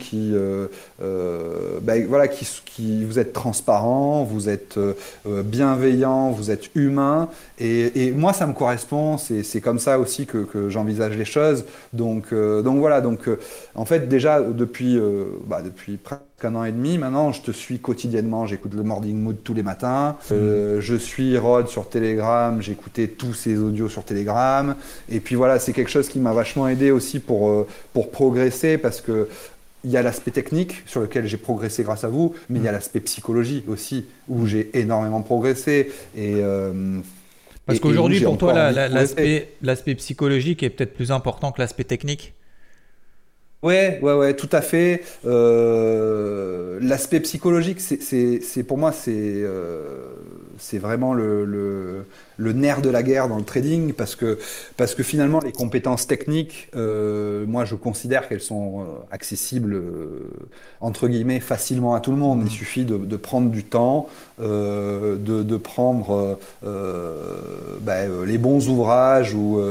qui vous êtes transparents, vous êtes bienveillants, vous êtes humains. Et moi, ça me correspond. C'est comme ça aussi que j'envisage les choses. Donc voilà. En fait, déjà depuis presque un an et demi, maintenant, je te suis quotidiennement. J'écoute le Morning Mood tous les matins. Je suis Rod sur Telegram. J'écoutais tous ses audios sur Telegram. Et puis voilà, c'est quelque chose qui m'a vachement aidé aussi pour progresser parce que il y a l'aspect technique sur lequel j'ai progressé grâce à vous, mais il y a l'aspect psychologie aussi où j'ai énormément progressé Parce et où qu'aujourd'hui, j'ai pour toi, encore envie de progresser. l'aspect psychologique est peut-être plus important que l'aspect technique. Ouais, tout à fait. L'aspect psychologique, pour moi, c'est vraiment le nerf de la guerre dans le trading parce que finalement, les compétences techniques, moi, je considère qu'elles sont accessibles, entre guillemets, facilement à tout le monde. Il Mm. suffit de prendre du temps, de prendre les bons ouvrages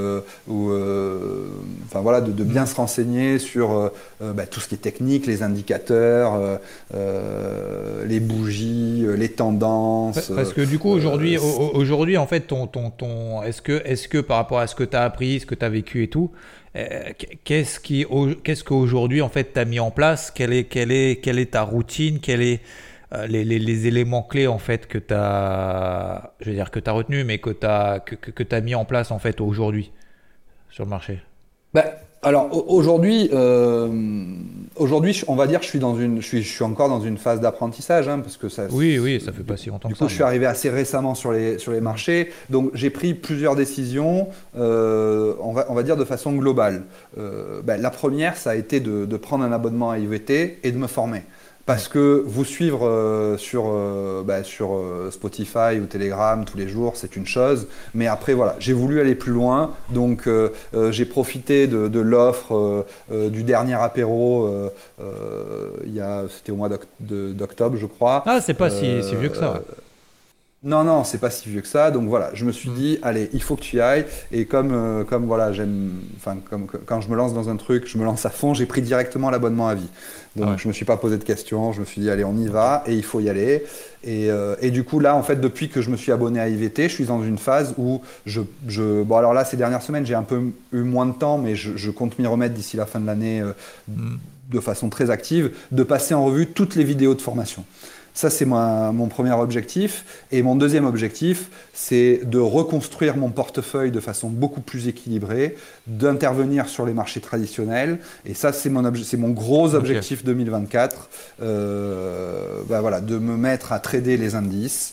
enfin voilà, de bien Mm. se renseigner sur tout ce qui est technique, les indicateurs, les bougies, les tendances. Parce que du coup, aujourd'hui, euh, aujourd'hui, en fait, est-ce que par rapport à ce que tu as appris, ce que tu as vécu et tout, qu'est-ce qu'aujourd'hui, en fait, tu as mis en place? Quelle est ta routine? Quels est les éléments clés, en fait, que tu as, je veux dire, que tu retenu, mais que tu mis en place, en fait, aujourd'hui, sur le marché? alors aujourd'hui, on va dire, je suis encore dans une phase d'apprentissage, hein, parce que Oui, oui, ça fait pas si longtemps du que coup, ça, je suis mais. arrivé assez récemment sur les marchés, donc j'ai pris plusieurs décisions, on va dire de façon globale. La première, ça a été de prendre un abonnement à IVT et de me former. Mm. Parce que vous suivre sur Spotify ou Telegram tous les jours, c'est une chose. Mais après, voilà, j'ai voulu aller plus loin. Donc, j'ai profité de l'offre du dernier apéro. C'était au mois d'octobre, je crois. Ah, c'est pas si vieux que ça, Euh, ouais. non, c'est pas si vieux que ça. Donc voilà, je me suis Mm. dit, allez, il faut que tu y ailles. Et comme voilà, quand je me lance dans un truc, je me lance à fond. J'ai pris directement l'abonnement à vie. Ah Donc ouais, je me suis pas posé de questions. Je me suis dit, allez, on y ok. va et il faut y aller. Et du coup là, en fait, depuis que je me suis abonné à IVT, je suis dans une phase où bon alors là, ces dernières semaines, j'ai un peu eu moins de temps, mais je compte m'y remettre d'ici la fin de l'année Mm. de façon très active, de passer en revue toutes les vidéos de formation. Ça, c'est mon premier objectif. Et mon deuxième objectif, c'est de reconstruire mon portefeuille de façon beaucoup plus équilibrée, d'intervenir sur les marchés traditionnels. Et ça, c'est mon gros Ok. objectif 2024. Voilà, de me mettre à trader les indices.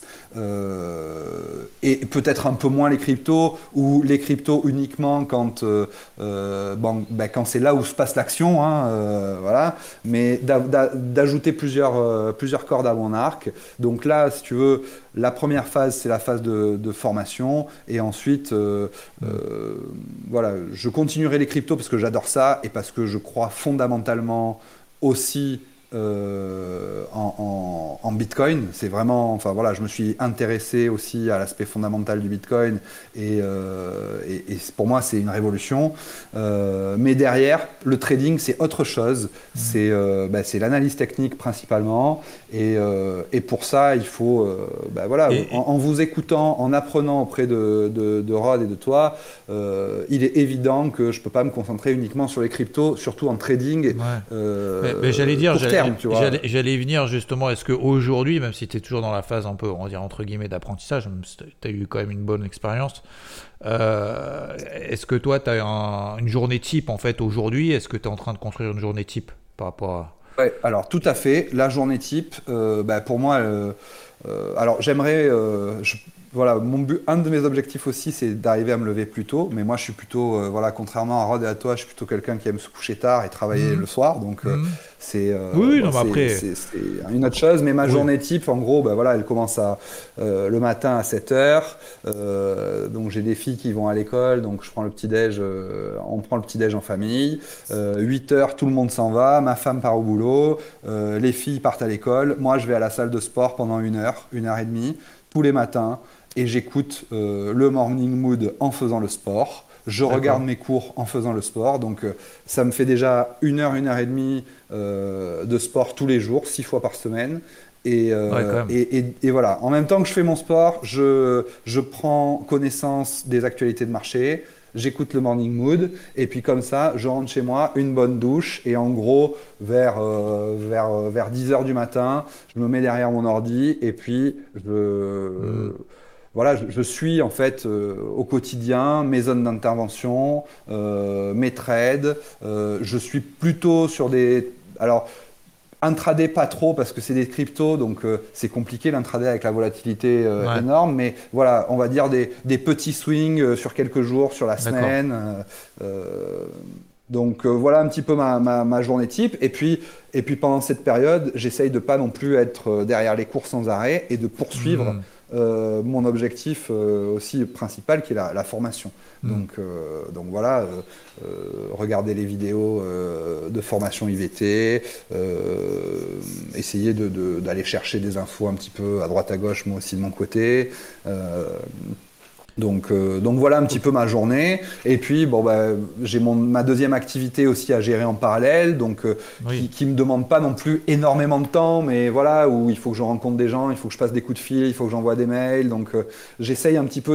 Et peut-être un peu moins les cryptos, ou les cryptos uniquement quand c'est là où se passe l'action. Hein, voilà. Mais d'ajouter plusieurs cordes à mon arc. Donc là, si tu veux, la première phase, c'est la phase de formation. Et ensuite, Mm. voilà, je continuerai les cryptos parce que j'adore ça et parce que je crois fondamentalement aussi en Bitcoin. C'est vraiment, enfin voilà, je me suis intéressé aussi à l'aspect fondamental du Bitcoin et pour moi c'est une révolution. Mais derrière, le trading c'est autre chose. C'est l'analyse technique principalement et pour ça il faut, voilà, en vous écoutant, en apprenant auprès de Rod et de toi, il est évident que je peux pas me concentrer uniquement sur les cryptos, surtout en trading. Mais j'allais dire, court terme, tu vois. j'allais y venir justement, est-ce qu'aujourd'hui, même si tu es toujours dans la phase un peu, on va dire entre guillemets, d'apprentissage, même si tu as eu quand même une bonne expérience, est-ce que toi, tu as une journée type en fait aujourd'hui? Est-ce que tu es en train de construire une journée type par rapport à... Ouais, alors tout à fait. La journée type, pour moi, alors j'aimerais, voilà, un de mes objectifs aussi, c'est d'arriver à me lever plus tôt. Mais moi, je suis plutôt, voilà, contrairement à Rod et à toi, je suis plutôt quelqu'un qui aime se coucher tard et travailler le soir. Donc Oui, non, mais après... c'est une autre chose. Mais ma journée type, en gros, voilà, elle commence le matin à 7 h. Donc j'ai des filles qui vont à l'école, donc je prends le petit-déj, on prend le petit-déj en famille. 8 h, tout le monde s'en va, ma femme part au boulot, les filles partent à l'école. Moi, je vais à la salle de sport pendant 1 heure, 1 h 30, tous les matins. Et j'écoute le Morning Mood en faisant le sport. Je regarde mes cours en faisant le sport. Donc, ça me fait déjà 1 heure, 1 h 30 de sport tous les jours, 6 fois par semaine. Et voilà. En même temps que je fais mon sport, je prends connaissance des actualités de marché. J'écoute le Morning Mood. Et puis, comme ça, je rentre chez moi, une bonne douche. Et en gros, vers 10 h du matin, je me mets derrière mon ordi. Et puis, voilà, je suis en fait au quotidien mes zones d'intervention, mes trades. Je suis plutôt sur des... Alors, intraday pas trop parce que c'est des cryptos, donc c'est compliqué l'intraday avec la volatilité énorme. Mais voilà, on va dire des petits swings sur quelques jours, sur la semaine. Donc voilà un petit peu ma journée type. Et puis pendant cette période, j'essaye de pas non plus être derrière les cours sans arrêt et de poursuivre mon objectif aussi principal qui est la formation. Donc voilà, regarder les vidéos de formation IVT, essayer d'aller chercher des infos un petit peu à droite à gauche, moi aussi de mon côté. Donc voilà un petit peu ma journée. Et puis j'ai ma deuxième activité aussi à gérer en parallèle, donc qui me demande pas non plus énormément de temps, mais voilà, où il faut que je rencontre des gens, il faut que je passe des coups de fil, il faut que j'envoie des mails. Donc j'essaye un petit peu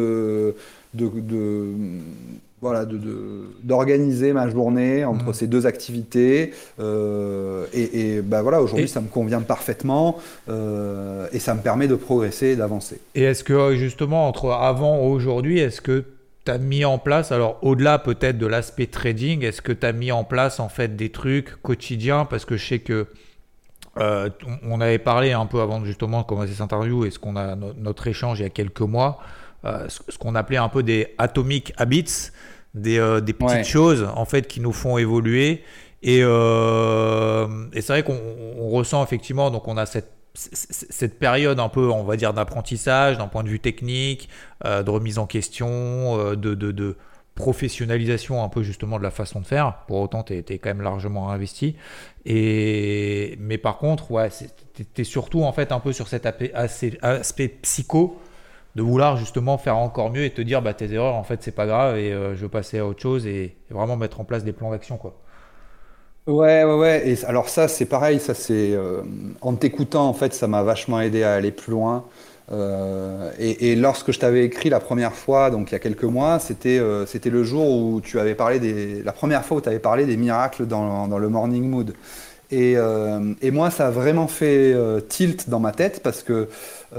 d'organiser ma journée entre ces deux activités voilà, aujourd'hui ça me convient parfaitement et ça me permet de progresser et d'avancer. Et est-ce que justement entre avant et aujourd'hui, est-ce que tu as mis en place, alors au-delà peut-être de l'aspect trading, est-ce que tu as mis en place en fait des trucs quotidiens? Parce que je sais que on avait parlé un peu avant justement de commencer cette interview et notre échange il y a quelques mois, ce qu'on appelait un peu des atomic habits, des petites choses en fait qui nous font évoluer et c'est vrai qu'on ressent effectivement, donc on a cette période un peu, on va dire, d'apprentissage d'un point de vue technique, de remise en question, de professionnalisation un peu justement de la façon de faire. Pour autant, tu es quand même largement investi. Mais par contre, tu es surtout en fait un peu sur cet aspect psycho, de vouloir justement faire encore mieux et te dire tes erreurs en fait c'est pas grave et je veux passer à autre chose et vraiment mettre en place des plans d'action, quoi. Ouais. Et alors ça c'est pareil, ça c'est en t'écoutant en fait ça m'a vachement aidé à aller plus loin. Et lorsque je t'avais écrit la première fois, donc il y a quelques mois, c'était le jour où tu avais parlé la première fois où tu avais parlé des miracles dans le Morning Mood. Et moi ça a vraiment fait tilt dans ma tête parce que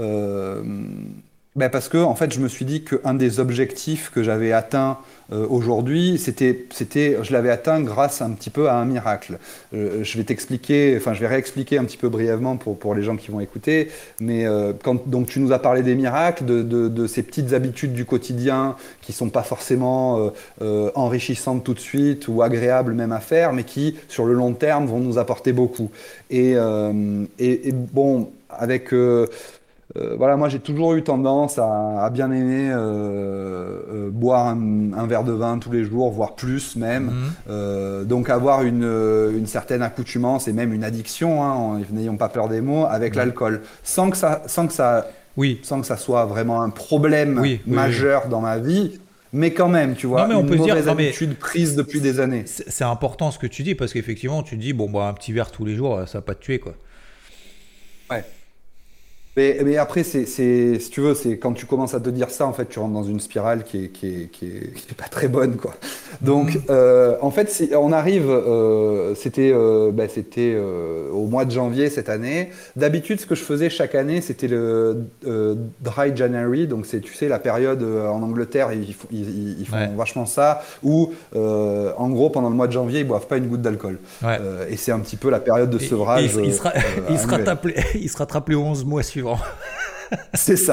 en fait, je me suis dit qu'un des objectifs que j'avais atteint aujourd'hui, je l'avais atteint grâce un petit peu à un miracle. Je vais réexpliquer un petit peu brièvement pour les gens qui vont écouter. Mais donc tu nous as parlé des miracles, de ces petites habitudes du quotidien qui sont pas forcément enrichissantes tout de suite ou agréables même à faire, mais qui sur le long terme vont nous apporter beaucoup. Et bon, avec voilà, moi j'ai toujours eu tendance à bien aimer boire un verre de vin tous les jours, voire plus même. Mhm. Donc avoir une certaine accoutumance et même une addiction, hein, n'ayons pas peur des mots, avec Ouais. l'alcool, Oui, sans que ça soit vraiment un problème oui, oui, oui. majeur dans ma vie, mais quand même, tu Non, vois, mais on une peut se dire, mauvaise non, mais habitude prise depuis des années. c'est important ce que tu dis parce qu'effectivement, tu te dis, bon, bah, un petit verre tous les jours, ça va pas te tuer, quoi. Ouais. Mais après, si tu veux, c'est quand tu commences à te dire ça, en fait, tu rentres dans une spirale qui est pas très bonne, quoi. Donc, Mhm. en fait, on arrive, c'était au mois de janvier cette année. D'habitude, ce que je faisais chaque année, c'était le Dry January. Donc, c'est, tu sais, la période en Angleterre, ils font Ouais, vachement ça, où, en gros, pendant le mois de janvier, ils boivent pas une goutte d'alcool. ouais. Et c'est un petit peu la période de Et sevrage il se annuelle. il se rattrape les 11 mois suivants. C'est ça.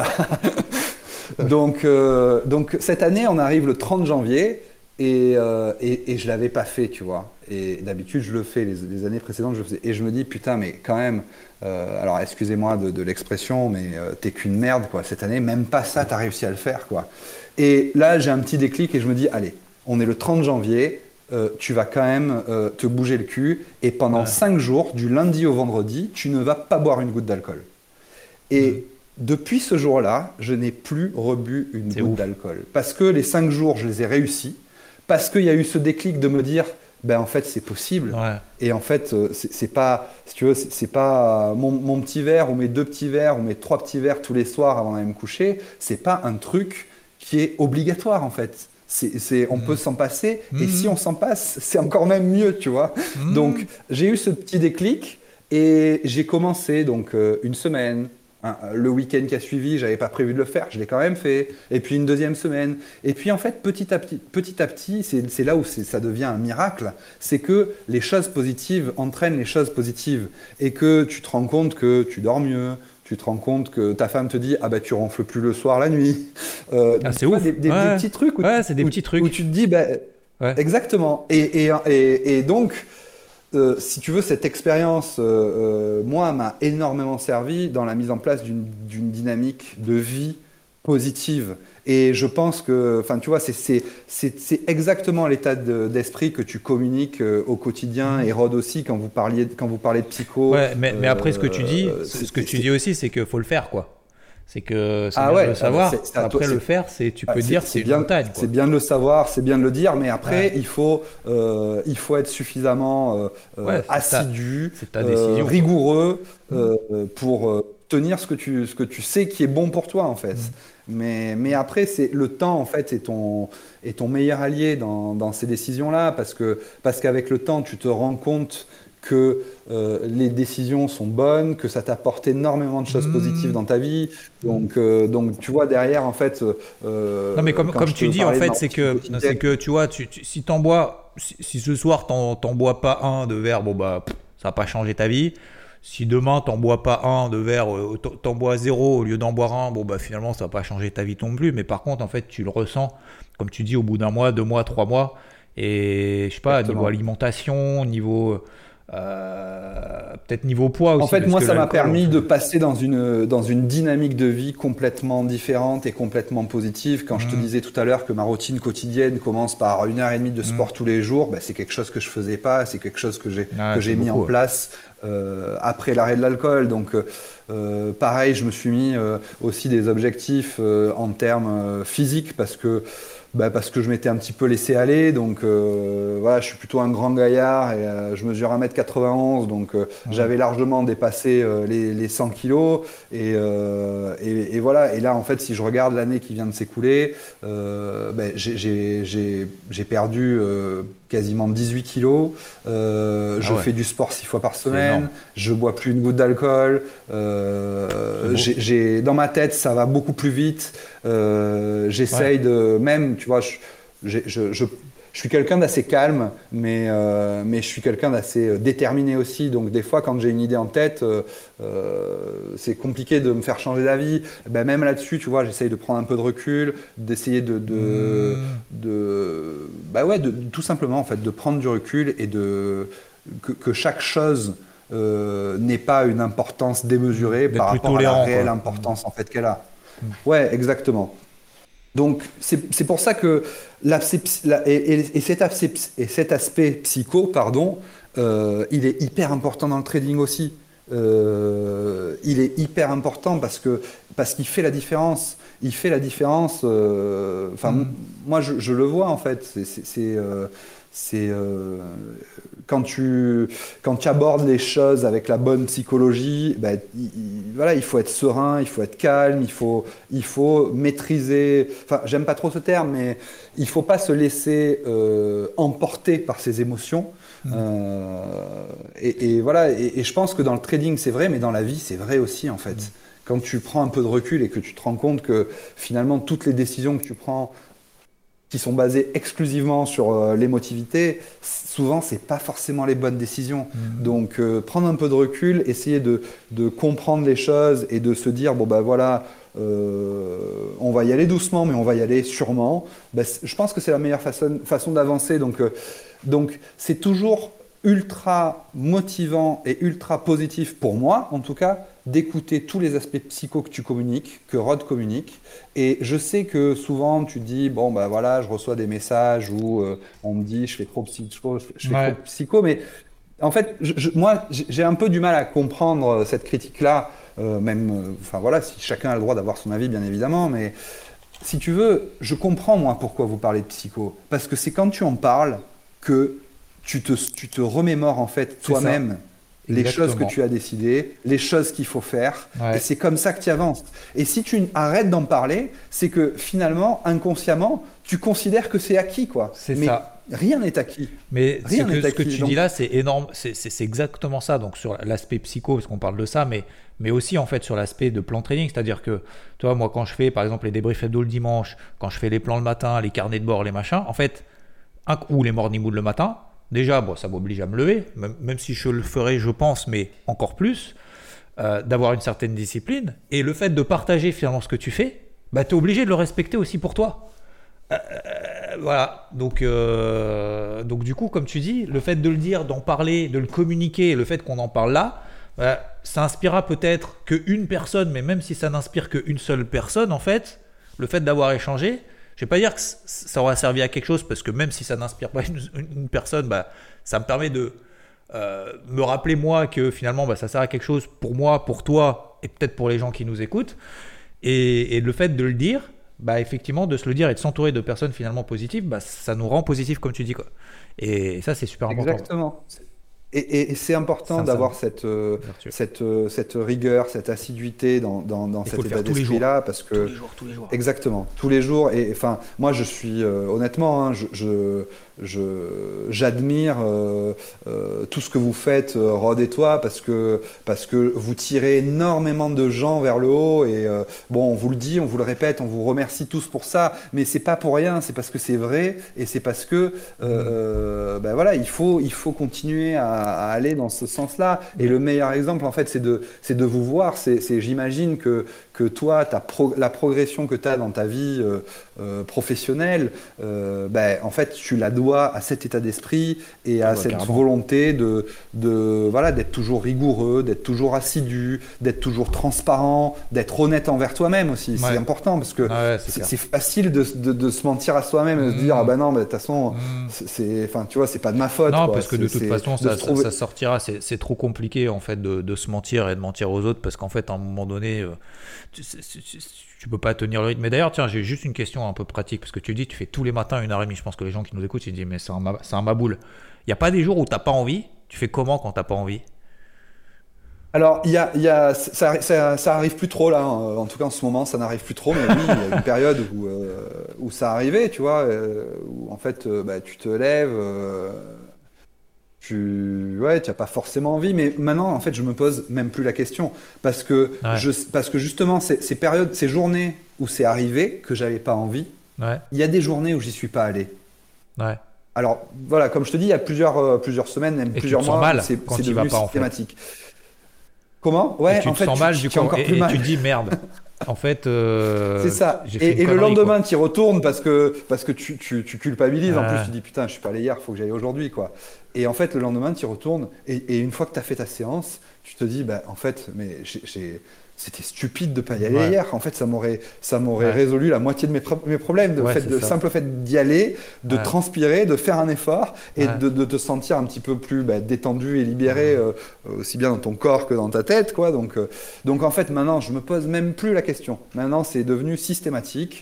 Donc cette année, on arrive le 30 janvier et je l'avais pas fait, tu vois. Et d'habitude, je le fais. Les années précédentes, je le faisais. Et je me dis, putain, mais quand même, alors excusez-moi de l'expression, mais t'es qu'une merde, quoi. Cette année, même pas ça, t'as réussi à le faire, quoi. Et là, j'ai un petit déclic et je me dis, allez, on est le 30 janvier, tu vas quand même te bouger le cul. Et pendant Ouais. 5 jours, du lundi au vendredi, tu ne vas pas boire une goutte d'alcool. Mhm. Et depuis ce jour-là, je n'ai plus rebu une C'est goutte ouf. d'alcool. Parce que les 5 jours, je les ai réussis. Parce qu'il y a eu ce déclic de me dire, ben en fait, c'est possible. Ouais. Et en fait, c'est pas, si tu veux, c'est pas mon petit verre ou mes 2 petits verres ou mes 3 petits verres tous les soirs avant d'aller me coucher. C'est pas un truc qui est obligatoire en fait. On peut Mhm. s'en passer et si on Mhm. s'en passe, c'est encore même mieux, tu vois. Donc Mhm. j'ai eu ce petit déclic et j'ai commencé donc une semaine. Le week-end qui a suivi, j'avais pas prévu de le faire, je l'ai quand même fait. Et puis une deuxième semaine. Et puis en fait, petit à petit, c'est là où ça devient un miracle. C'est que les choses positives entraînent les choses positives. Et que tu te rends compte que tu dors mieux. Tu te rends compte que ta femme te dit ah bah tu ronfles plus le soir la nuit. Ah, Tu c'est vois, ouf. des Ouais. petits trucs Ouais, c'est des petits où tu trucs. te dis bah, Ouais. exactement. Et donc si tu veux, cette expérience, moi, m'a énormément servi dans la mise en place d'une dynamique de vie positive. Et je pense que, enfin, tu vois, c'est exactement l'état d'esprit que tu communiques au quotidien. Mhm. Et Rod aussi, quand vous parlez de psycho. Ouais, mais après, ce que tu dis, ce que tu dis aussi, c'est qu'il faut le faire, quoi. C'est que c'est Ah bien de le ouais, ah bah savoir. c'est à toi, Après, le faire, c'est, tu ah, peux dire, c'est une montagne, c'est quoi. bien de le savoir, c'est bien de le dire, mais Ouais. après, il faut être suffisamment Ouais, assidu, c'est ta décision, quoi. rigoureux Mhm. pour tenir ce que tu sais qui est bon pour toi, en fait. Mhm. Mais après, c'est le temps, en fait, est ton meilleur allié dans ces décisions-là, parce qu'avec le temps, tu te rends compte que les décisions sont bonnes, que ça t'apporte énormément de choses positives Mhm. dans ta vie. Mhm. Donc tu vois, derrière, en fait, Non, mais quand comme je te tu dis, en parlais de ma fait, routine c'est quotidienne, que tu vois, si t'en bois, si ce soir t'en bois pas un de verre, bon bah, ça va pas changer ta vie. Si demain t'en bois pas un de verre, t'en bois zéro au lieu d'en boire un, bon bah finalement ça va pas changer ta vie non plus. Mais par contre, en fait, tu le ressens, comme tu dis, au bout d'un mois, 2 mois, 3 mois. Et je sais pas, niveau exactement. alimentation, niveau peut-être niveau poids En aussi, fait, parce moi, que ça m'a l'alcool, on permis se. de passer dans une dynamique de vie complètement différente et complètement positive. Quand je te Mhm. disais tout à l'heure que ma routine quotidienne commence par 1 heure et demie de Mhm. sport tous les jours, bah, c'est quelque chose que je faisais pas, c'est quelque chose Ah, que c'est j'ai mis en beaucoup. Ouais. place après l'arrêt de l'alcool. Donc, pareil, je me suis mis aussi des objectifs en termes physiques parce que je m'étais un petit peu laissé aller. Donc voilà, je suis plutôt un grand gaillard et je mesure 1,91 m. Donc Mhm. j'avais largement dépassé les 100 kilos. Et voilà. Et là, en fait, si je regarde l'année qui vient de s'écouler, j'ai perdu quasiment 18 kilos. Ah Je ouais, fais du sport 6 fois par c'est énorme. semaine. Je bois plus une goutte d'alcool. C'est beau. Dans ma tête, ça va beaucoup plus vite. Ouais. J'essaye de même, tu vois, j'ai- je suis quelqu'un d'assez calme, mais je suis quelqu'un d'assez déterminé aussi. Donc des fois, quand j'ai une idée en tête, c'est compliqué de me faire changer d'avis. Ben, même là-dessus, tu vois, j'essaye de prendre un peu de recul, d'essayer Mhm. bah ouais, tout simplement en fait, de prendre du recul et que chaque chose n'ait pas une importance démesurée D'être par plus rapport à la tolérant, réelle quoi. importance en fait qu'elle a. Ouais, exactement. Donc c'est pour ça que cet aspect psycho, pardon, il est hyper important dans le trading aussi. Il est hyper important parce qu'il fait la différence. Il fait la différence. Moi je le vois en fait. Quand tu abordes les choses avec la bonne psychologie, ben, voilà, il faut être serein, il faut être calme, il faut maîtriser. Enfin, j'aime pas trop ce terme, mais il faut pas se laisser emporter par ses émotions. Et voilà. Et je pense que dans le trading c'est vrai, mais dans la vie c'est vrai aussi en fait. Quand tu prends un peu de recul et que tu te rends compte que finalement toutes les décisions que tu prends qui sont basées exclusivement sur l'émotivité, souvent c'est pas forcément les bonnes décisions. Donc prendre un peu de recul, essayer de comprendre les choses et de se dire bon bah voilà, on va y aller doucement mais on va y aller sûrement. Ben, je pense que c'est la meilleure façon d'avancer. Donc c'est toujours ultra motivant et ultra positif pour moi en tout cas d'écouter tous les aspects psycho que tu communiques, que Rod communique. Et je sais que souvent tu dis bon bah voilà, je reçois des messages où on me dit je fais trop psycho, mais en fait moi j'ai un peu du mal à comprendre cette critique-là, enfin voilà, si chacun a le droit d'avoir son avis bien évidemment, mais si tu veux, je comprends moi pourquoi vous parlez de psycho, parce que c'est quand tu en parles que tu te remémores en fait toi-même les choses que tu as décidées, les choses qu'il faut faire, et c'est comme ça que tu avances. Et si tu arrêtes d'en parler, c'est que finalement, inconsciemment, tu considères que c'est acquis, quoi. Mais ça. Rien n'est acquis. Mais ce que tu dis là, c'est énorme, c'est exactement ça. Donc sur l'aspect psycho, parce qu'on parle de ça, mais aussi en fait sur l'aspect de plan trading, c'est-à-dire que tu vois, moi quand je fais par exemple les débriefs hebdo le dimanche, quand je fais les plans le matin, les carnets de bord, les machins, en fait, ou les morning mood le matin. Déjà, bon, ça m'oblige à me lever, même si je le ferai, je pense, mais encore plus, d'avoir une certaine discipline. Et le fait de partager finalement ce que tu fais, bah, tu es obligé de le respecter aussi pour toi. Voilà. Donc du coup, comme tu dis, le fait de le dire, d'en parler, de le communiquer, le fait qu'on en parle là, ça inspirera peut-être qu'une personne, mais même si ça n'inspire qu'une seule personne, en fait, le fait d'avoir échangé, je ne vais pas dire que ça aura servi à quelque chose, parce que même si ça n'inspire pas une personne, bah, ça me permet de me rappeler moi que finalement bah, ça sert à quelque chose pour moi, pour toi et peut-être pour les gens qui nous écoutent. Et le fait de le dire, bah, effectivement, de se le dire et de s'entourer de personnes finalement positives, bah, ça nous rend positifs comme tu dis, quoi. Et ça, c'est super important. Exactement. Et c'est important d'avoir cette rigueur, cette assiduité dans cet état d'esprit-là, parce que tous les jours. Exactement, tous les jours. Et enfin, moi, je suis honnêtement, hein, j'admire tout ce que vous faites, Rod et toi, parce que vous tirez énormément de gens vers le haut. Et bon, on vous le dit, on vous le répète, on vous remercie tous pour ça, mais c'est pas pour rien, c'est parce que c'est vrai et c'est parce que ben voilà, il faut continuer à aller dans ce sens-là. Et le meilleur exemple, en fait, c'est de vous voir. J'imagine que toi, la progression que tu as dans ta vie professionnelle, ben, en fait, tu la dois à cet état d'esprit et à cette volonté voilà, d'être toujours rigoureux, d'être toujours assidu, d'être toujours transparent, d'être honnête envers toi-même aussi. Ouais. C'est important parce que c'est facile de se mentir à soi-même et de se dire ah ben non, de toute façon, tu vois, c'est pas de ma faute. Non, quoi. Parce que de toute façon, ça sortira. C'est trop compliqué en fait de se mentir et de mentir aux autres, parce qu'en fait, à un moment donné, tu peux pas tenir le rythme. Mais d'ailleurs, tiens, j'ai juste une question un peu pratique, parce que tu dis tu fais tous les matins 1h30. Je pense que les gens qui nous écoutent, ils disent mais c'est un maboule. Il n'y a pas des jours où t'as pas envie? Tu fais comment quand t'as pas envie? Alors, ça arrive plus trop là, hein. En tout cas en ce moment ça n'arrive plus trop, mais oui, il y a une période où ça arrivait, tu vois, où en fait bah, tu te lèves, tu n'as pas forcément envie, mais maintenant en fait je me pose même plus la question, parce que justement ces périodes, ces journées où c'est arrivé que j'avais pas envie, il y a des journées où j'y suis pas allé. Ouais. Alors voilà, comme je te dis, il y a plusieurs semaines, même plusieurs mois, c'est devenu systématique. Comment ? Ouais, et tu te sens mal du coup, et tu te dis merde. En fait, C'est ça. j'ai fait une Et le connerie, quoi. lendemain, tu y retournes parce que tu culpabilises. En plus, Ouais, tu dis putain, je suis pas allé hier, faut que j'aille aujourd'hui, quoi. Et en fait, le lendemain, tu y retournes. Et une fois que tu as fait ta séance, tu te dis, bah, en fait, mais c'était stupide de pas y aller ouais, hier. En fait, ça m'aurait ouais, résolu la moitié de mes problèmes. ouais, c'est Le ça. simple fait d'y aller, de Ouais, transpirer, de faire un effort et ouais. de te sentir un petit peu plus bah, détendu et libéré, aussi bien dans ton corps que dans ta tête, quoi. Donc en fait, maintenant, je me pose même plus la question. Maintenant, c'est devenu systématique.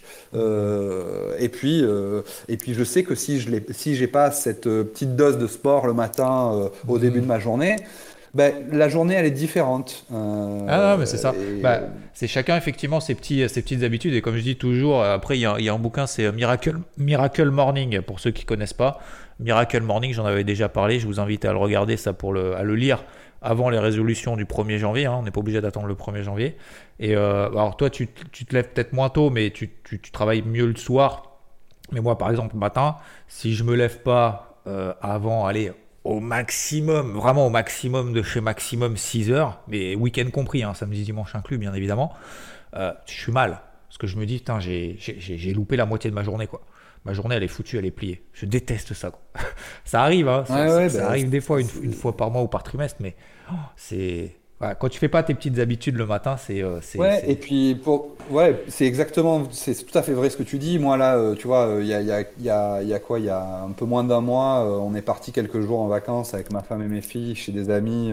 Et puis, je sais que si j'ai pas cette petite dose de sport le matin au début de Mhm. ma journée, ben, la journée, elle est différente. Ah non, mais c'est ça. Bah, c'est chacun effectivement ses petites habitudes. Et comme je dis toujours, après il y a un bouquin, c'est Miracle Morning pour ceux qui connaissent pas. Miracle Morning, j'en avais déjà parlé. Je vous invite à le regarder, ça à le lire avant les résolutions du 1er janvier. Hein. On n'est pas obligé d'attendre le 1er janvier. Et alors toi, tu te lèves peut-être moins tôt, mais tu travailles mieux le soir. Mais moi, par exemple, le matin, si je me lève pas avant, allez, au maximum, vraiment au maximum de chez maximum 6 heures, mais week-end compris, hein, samedi, dimanche inclus, bien évidemment, je suis mal. Parce que je me dis, putain, j'ai loupé la moitié de ma journée, quoi. Ma journée, elle est foutue, elle est pliée. Je déteste ça, quoi. Ça arrive, hein, Ouais, ouais, ça ben, arrive des fois, une fois par mois ou par trimestre, mais c'est. Voilà, quand tu fais pas tes petites habitudes le matin, ouais, et puis ouais, c'est tout à fait vrai ce que tu dis. Moi là, tu vois, il y a quoi, il y a un peu moins d'un mois, on est parti quelques jours en vacances avec ma femme et mes filles chez des amis,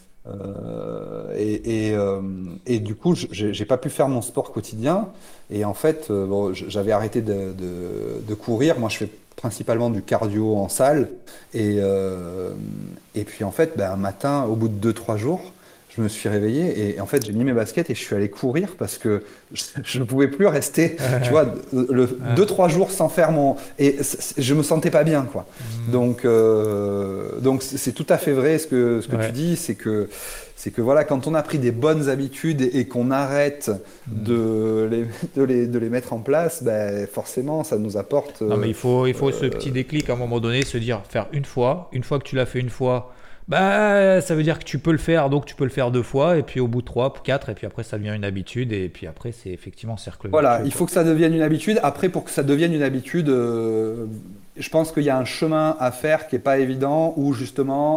et du coup, j'ai pas pu faire mon sport quotidien. Et en fait, bon, j'avais arrêté de courir. Moi, je fais principalement du cardio en salle, et puis en fait, ben, un matin, au bout de 2 3 jours. Je me suis réveillé et en fait j'ai mis mes baskets et je suis allé courir parce que je ne pouvais plus rester, tu vois, 2 3 jours sans faire mon et je me sentais pas bien quoi. Hmm, Donc c'est tout à fait vrai ce que tu ouais. dis, c'est que voilà quand on a pris des bonnes habitudes et qu'on arrête Hmm. de les mettre en place, ben forcément ça nous apporte. Non, mais il faut ce petit déclic à un moment donné, se dire faire une fois que tu l'as fait une fois, bah ça veut dire que tu peux le faire, donc tu peux le faire deux fois, et puis au bout de trois, quatre, et puis après ça devient une habitude, et puis après c'est effectivement cercle Voilà, vertueux, il quoi. faut que ça devienne une habitude. Après, pour que ça devienne une habitude, je pense qu'il y a un chemin à faire qui n'est pas évident, où justement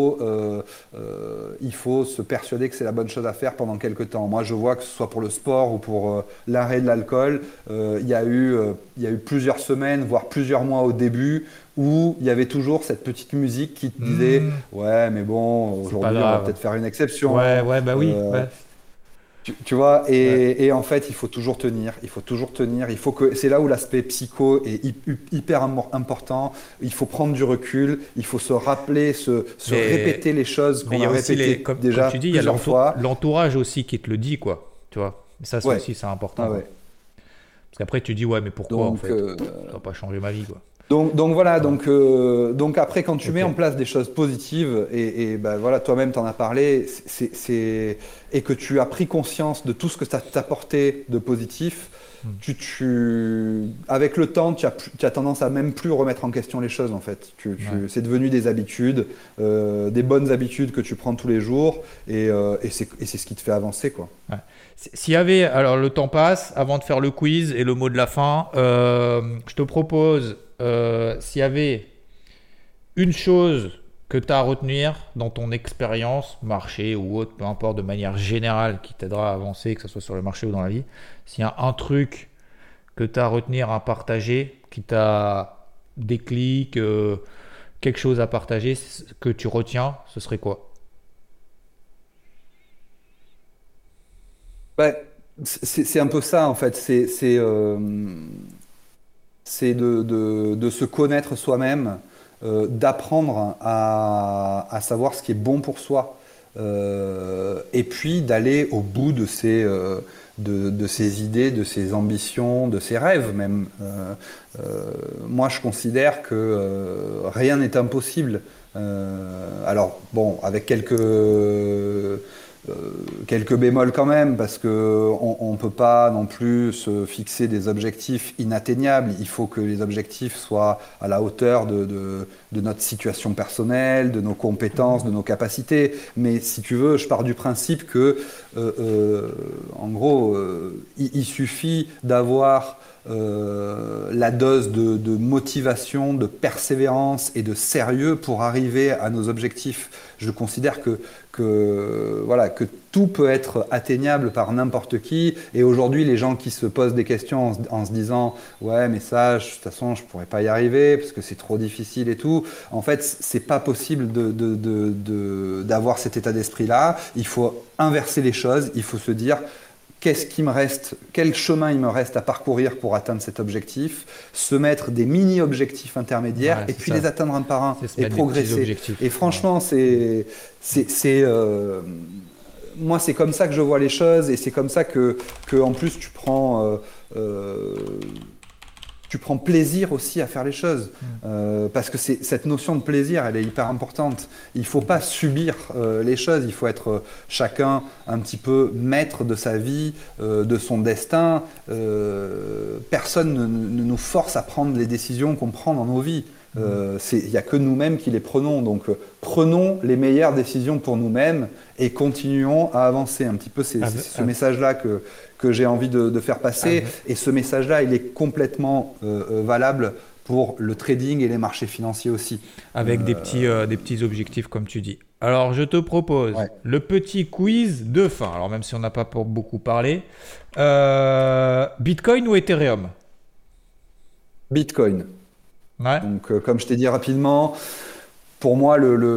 il faut se persuader que c'est la bonne chose à faire pendant quelques temps. Moi, je vois que ce soit pour le sport ou pour l'arrêt de l'alcool, il y a eu plusieurs semaines, voire plusieurs mois au début, où il y avait toujours cette petite musique qui te disait, Hmm, ouais, mais bon, c'est pas aujourd'hui, on va grave. peut-être faire une Ouais, exception. ouais, bah oui, Euh, ouais, tu vois, ouais. et en fait, il faut toujours tenir, il faut toujours tenir, il faut que, c'est là où l'aspect psycho est hyper important, il faut prendre du recul, il faut se rappeler, se Mais répéter les choses mais qu'on il y a a aussi répétées comme déjà tu dis, il y a plusieurs fois. l'entourage aussi qui te le dit, quoi. Tu vois. Ça c'est Ouais, aussi c'est important, ah quoi. ouais. Parce qu'après tu dis ouais, mais pourquoi en Donc, fait? Ça va pas changer ma vie, quoi. donc voilà, Ouais. donc après, quand tu Ok. mets en place des choses positives, et ben voilà, toi-même t'en as parlé, et que tu as pris conscience de tout ce que ça t'a apporté de positif, Hmm. avec le temps, tu as tendance à même plus remettre en question les choses en fait. Ouais. C'est devenu des habitudes, des bonnes habitudes que tu prends tous les jours, et c'est ce qui te fait avancer quoi. Ouais. S'il y avait, alors le temps passe, avant de faire le quiz et le mot de la fin, je te propose, s'il y avait une chose que tu as à retenir dans ton expérience, marché ou autre, peu importe, de manière générale, qui t'aidera à avancer, que ce soit sur le marché ou dans la vie, s'il y a un truc que tu as à retenir, à partager, qui t'a déclic, quelque chose à partager, que tu retiens, ce serait quoi? Ouais, c'est un peu ça en fait. C'est de se connaître soi-même, d'apprendre à savoir ce qui est bon pour soi, et puis d'aller au bout de ses idées, de ses ambitions, de ses rêves même. Moi, je considère que rien n'est impossible. Alors, bon, avec quelques quelques bémols quand même, parce que on peut pas non plus se fixer des objectifs inatteignables. Il faut que les objectifs soient à la hauteur de notre situation personnelle, de nos compétences, de nos capacités. Mais si tu veux, je pars du principe que, en gros, il suffit d'avoir la dose de motivation, de persévérance et de sérieux pour arriver à nos objectifs. Je considère voilà, que tout peut être atteignable par n'importe qui. Et aujourd'hui, les gens qui se posent des questions en se disant « Ouais, mais ça, de toute façon, je ne pourrais pas y arriver parce que c'est trop difficile et tout », en fait, ce n'est pas possible d'avoir cet état d'esprit-là. Il faut inverser les choses. Il faut se dire – qu'est-ce qui me reste, quel chemin il me reste à parcourir pour atteindre cet objectif, se mettre des mini-objectifs intermédiaires et puis les atteindre un par un et progresser. Et franchement, moi, c'est comme ça que je vois les choses et c'est comme ça que en plus, tu prends plaisir aussi à faire les choses. Parce que cette notion de plaisir, elle est hyper importante. Il ne faut pas subir les choses, il faut être chacun un petit peu maître de sa vie, de son destin. Personne ne nous force à prendre les décisions qu'on prend dans nos vies. Il n'y a que nous-mêmes qui les prenons. Donc prenons les meilleures décisions pour nous-mêmes et continuons à avancer. Un petit peu, c'est ce message-là que j'ai envie de faire passer. Et ce message-là, il est complètement valable pour le trading et les marchés financiers aussi. Avec des petits objectifs, comme tu dis. Alors, je te propose le petit quiz de fin. Alors, même si on n'a pas beaucoup parlé. Bitcoin ou Ethereum ? Bitcoin. Ouais. Donc, comme je t'ai dit rapidement, pour moi,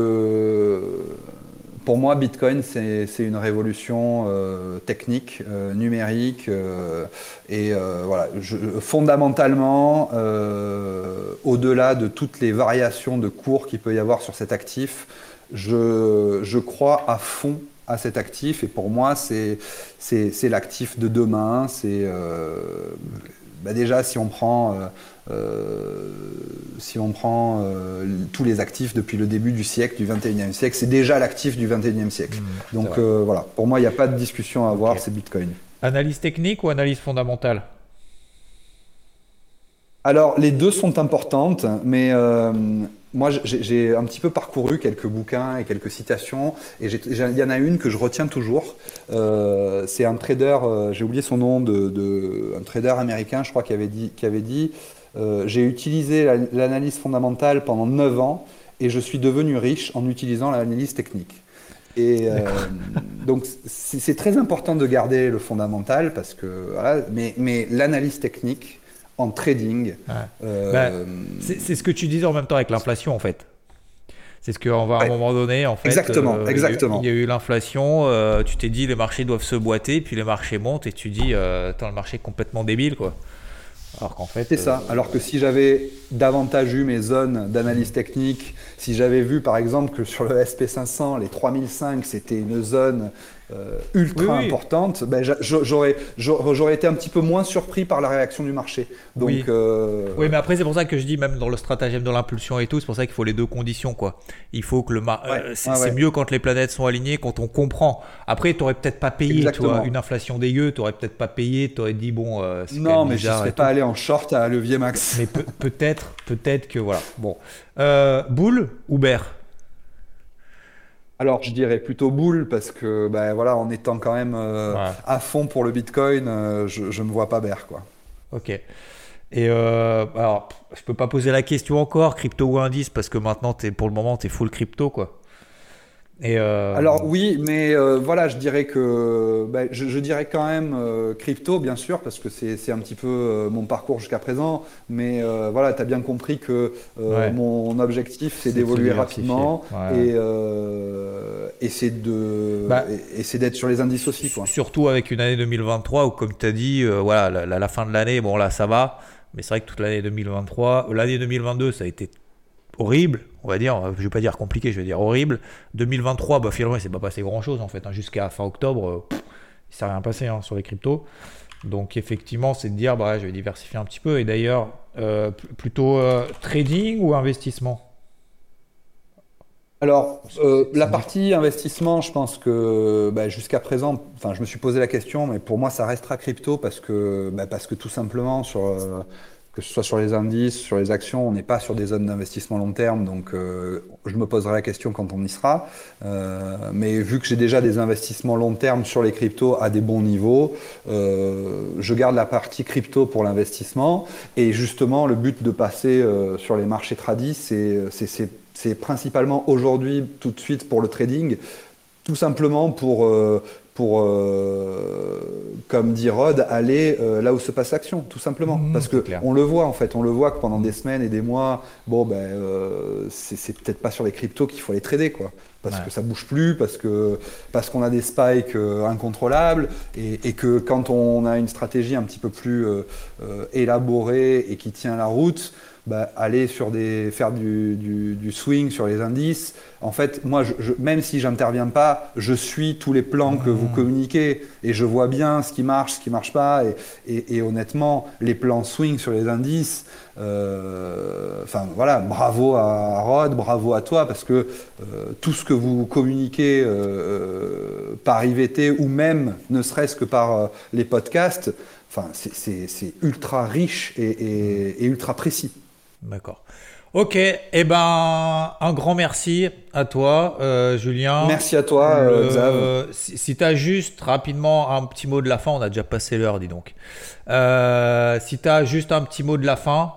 Bitcoin, c'est une révolution technique, numérique, et voilà. Fondamentalement, au-delà de toutes les variations de cours qu'il peut y avoir sur cet actif, je crois à fond à cet actif, et pour moi, c'est l'actif de demain. Déjà, si on prend tous les actifs depuis le début du siècle, du 21e siècle, c'est déjà l'actif du 21e siècle. Donc voilà, pour moi, il n'y a pas de discussion à avoir, c'est Bitcoin. Analyse technique ou analyse fondamentale ? Alors, les deux sont importantes, mais moi, j'ai un petit peu parcouru quelques bouquins et quelques citations, et il y en a une que je retiens toujours. C'est un trader, j'ai oublié son nom, un trader américain, je crois, qui avait dit j'ai utilisé l'analyse fondamentale pendant 9 ans, et je suis devenu riche en utilisant l'analyse technique. Et donc, c'est très important de garder le fondamental, parce que, voilà, mais l'analyse technique, en trading. C'est ce que tu disais en même temps avec l'inflation, en fait. C'est ce qu'à un moment donné, en fait, exactement. Il y a eu l'inflation, tu t'es dit les marchés doivent se boiter, puis les marchés montent et tu dis attends, le marché est complètement débile, quoi. Alors qu'en fait, c'est ça. Alors que si j'avais davantage eu mes zones d'analyse technique, si j'avais vu par exemple que sur le SP500, les 3005, c'était une zone ultra importante, j'aurais été un petit peu moins surpris par la réaction du marché. Donc, oui, mais après, c'est pour ça que je dis, même dans le stratagème de l'impulsion et tout, c'est pour ça qu'il faut les deux conditions, quoi. Il faut que c'est mieux quand les planètes sont alignées, quand on comprend. Après, tu n'aurais peut-être pas payé, toi, une inflation dégueu, tu n'aurais peut-être pas payé, tu aurais dit, bon, c'est non, mais je ne serais pas allé en short à levier max. Mais peut-être que voilà. Bon. Bull ou bear ? Alors, je dirais plutôt bull, parce que, voilà, en étant quand même à fond pour le Bitcoin, je ne me vois pas bear, quoi. Ok. Et alors, je peux pas poser la question encore, crypto ou indice, parce que maintenant, pour le moment, tu es full crypto, quoi. Et alors oui, mais voilà, je dirais que je dirais quand même crypto, bien sûr, parce que c'est un petit peu mon parcours jusqu'à présent. Mais voilà, tu as bien compris que mon objectif, c'est d'évoluer rapidement et c'est d'être sur les indices aussi, quoi. Surtout avec une année 2023 où, comme tu as dit, voilà, la fin de l'année, bon là, ça va. Mais c'est vrai que toute l'année 2023, l'année 2022, ça a été horrible, on va dire, je vais pas dire compliqué, je vais dire horrible. 2023, finalement, il s'est pas passé grand chose en fait, hein. Jusqu'à fin octobre, il s'est rien passé sur les cryptos. Donc effectivement, c'est de dire, je vais diversifier un petit peu. Et d'ailleurs, plutôt trading ou investissement ? Alors, Parce que la partie investissement, je pense que jusqu'à présent, enfin, je me suis posé la question, mais pour moi, ça restera crypto parce que tout simplement, que ce soit sur les indices, sur les actions, on n'est pas sur des zones d'investissement long terme, donc je me poserai la question quand on y sera. Mais vu que j'ai déjà des investissements long terme sur les cryptos à des bons niveaux, je garde la partie crypto pour l'investissement. Et justement, le but de passer sur les marchés tradis, c'est principalement aujourd'hui, tout de suite pour le trading, tout simplement comme dit Rod, aller là où se passe l'action, tout simplement. Parce que on le voit en fait, on le voit que pendant des semaines et des mois, c'est peut-être pas sur les cryptos qu'il faut aller trader, quoi. Parce que ça bouge plus, parce qu'on a des spikes incontrôlables, et que quand on a une stratégie un petit peu plus élaborée et qui tient la route, aller faire du swing sur les indices. En fait, moi, même si j'interviens pas, je suis tous les plans que vous communiquez et je vois bien ce qui marche pas. Et honnêtement, les plans swing sur les indices, voilà, bravo à Rod, bravo à toi, parce que tout ce que vous communiquez par IVT ou même ne serait-ce que par les podcasts, c'est ultra riche et ultra précis. D'accord. Ok, un grand merci à toi, Julien. Merci à toi, Xav. Si tu as juste rapidement un petit mot de la fin, on a déjà passé l'heure, dis donc. Si tu as juste un petit mot de la fin,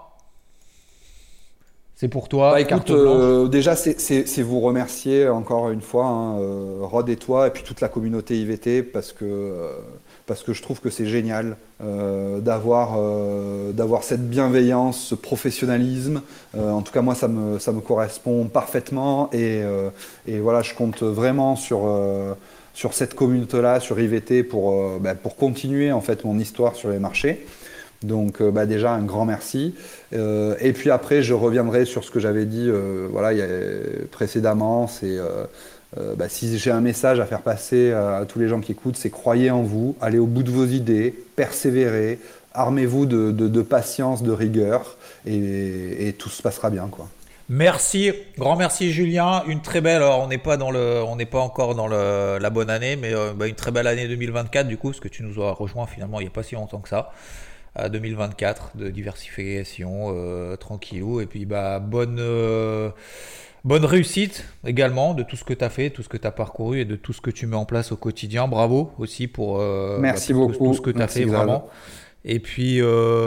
c'est pour toi. Écoute, déjà, c'est vous remercier encore une fois, Rod et toi, et puis toute la communauté IVT, parce que je trouve que c'est génial d'avoir cette bienveillance, ce professionnalisme. En tout cas, moi, ça me correspond parfaitement, et voilà, je compte vraiment sur cette communauté-là, sur IVT, pour continuer en fait mon histoire sur les marchés. Donc déjà un grand merci. Et puis après, je reviendrai sur ce que j'avais dit précédemment. C'est si j'ai un message à faire passer à tous les gens qui écoutent, c'est croyez en vous, allez au bout de vos idées, persévérez, armez-vous de patience, de rigueur, et tout se passera bien, quoi. Merci, grand merci Julien, une très belle, alors on n'est pas encore dans la bonne année, mais une très belle année 2024 du coup, parce que tu nous as rejoint finalement il n'y a pas si longtemps que ça. 2024 de diversification, tranquillou, et puis bonne réussite également de tout ce que tu as fait, tout ce que tu as parcouru et de tout ce que tu mets en place au quotidien. Bravo aussi pour merci beaucoup. Tout ce que tu as fait, vraiment. Et puis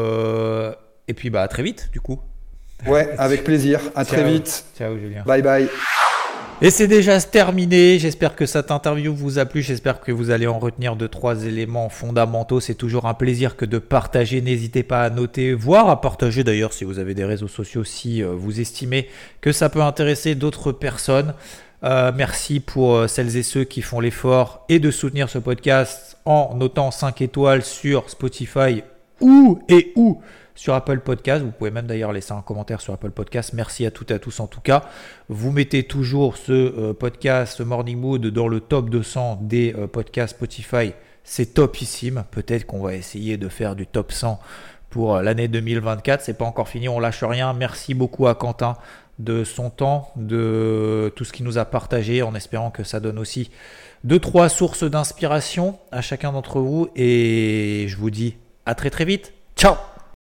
à très vite du coup. Ouais, avec plaisir. À très vite. Ciao Julien. Bye bye. Et c'est déjà terminé. J'espère que cette interview vous a plu. J'espère que vous allez en retenir 2-3 éléments fondamentaux. C'est toujours un plaisir que de partager. N'hésitez pas à noter, voire à partager d'ailleurs si vous avez des réseaux sociaux, si vous estimez que ça peut intéresser d'autres personnes. Merci pour celles et ceux qui font l'effort et de soutenir ce podcast en notant 5 étoiles sur Spotify ou sur Apple Podcast. Vous pouvez même d'ailleurs laisser un commentaire sur Apple Podcast. Merci à toutes et à tous en tout cas. Vous mettez toujours ce podcast, ce Morning Mood, dans le top 200 des podcasts Spotify. C'est topissime. Peut-être qu'on va essayer de faire du top 100 pour l'année 2024. C'est pas encore fini, on lâche rien. Merci beaucoup à Quentin de son temps, de tout ce qu'il nous a partagé, en espérant que ça donne aussi 2-3 sources d'inspiration à chacun d'entre vous. Et je vous dis à très très vite. Ciao!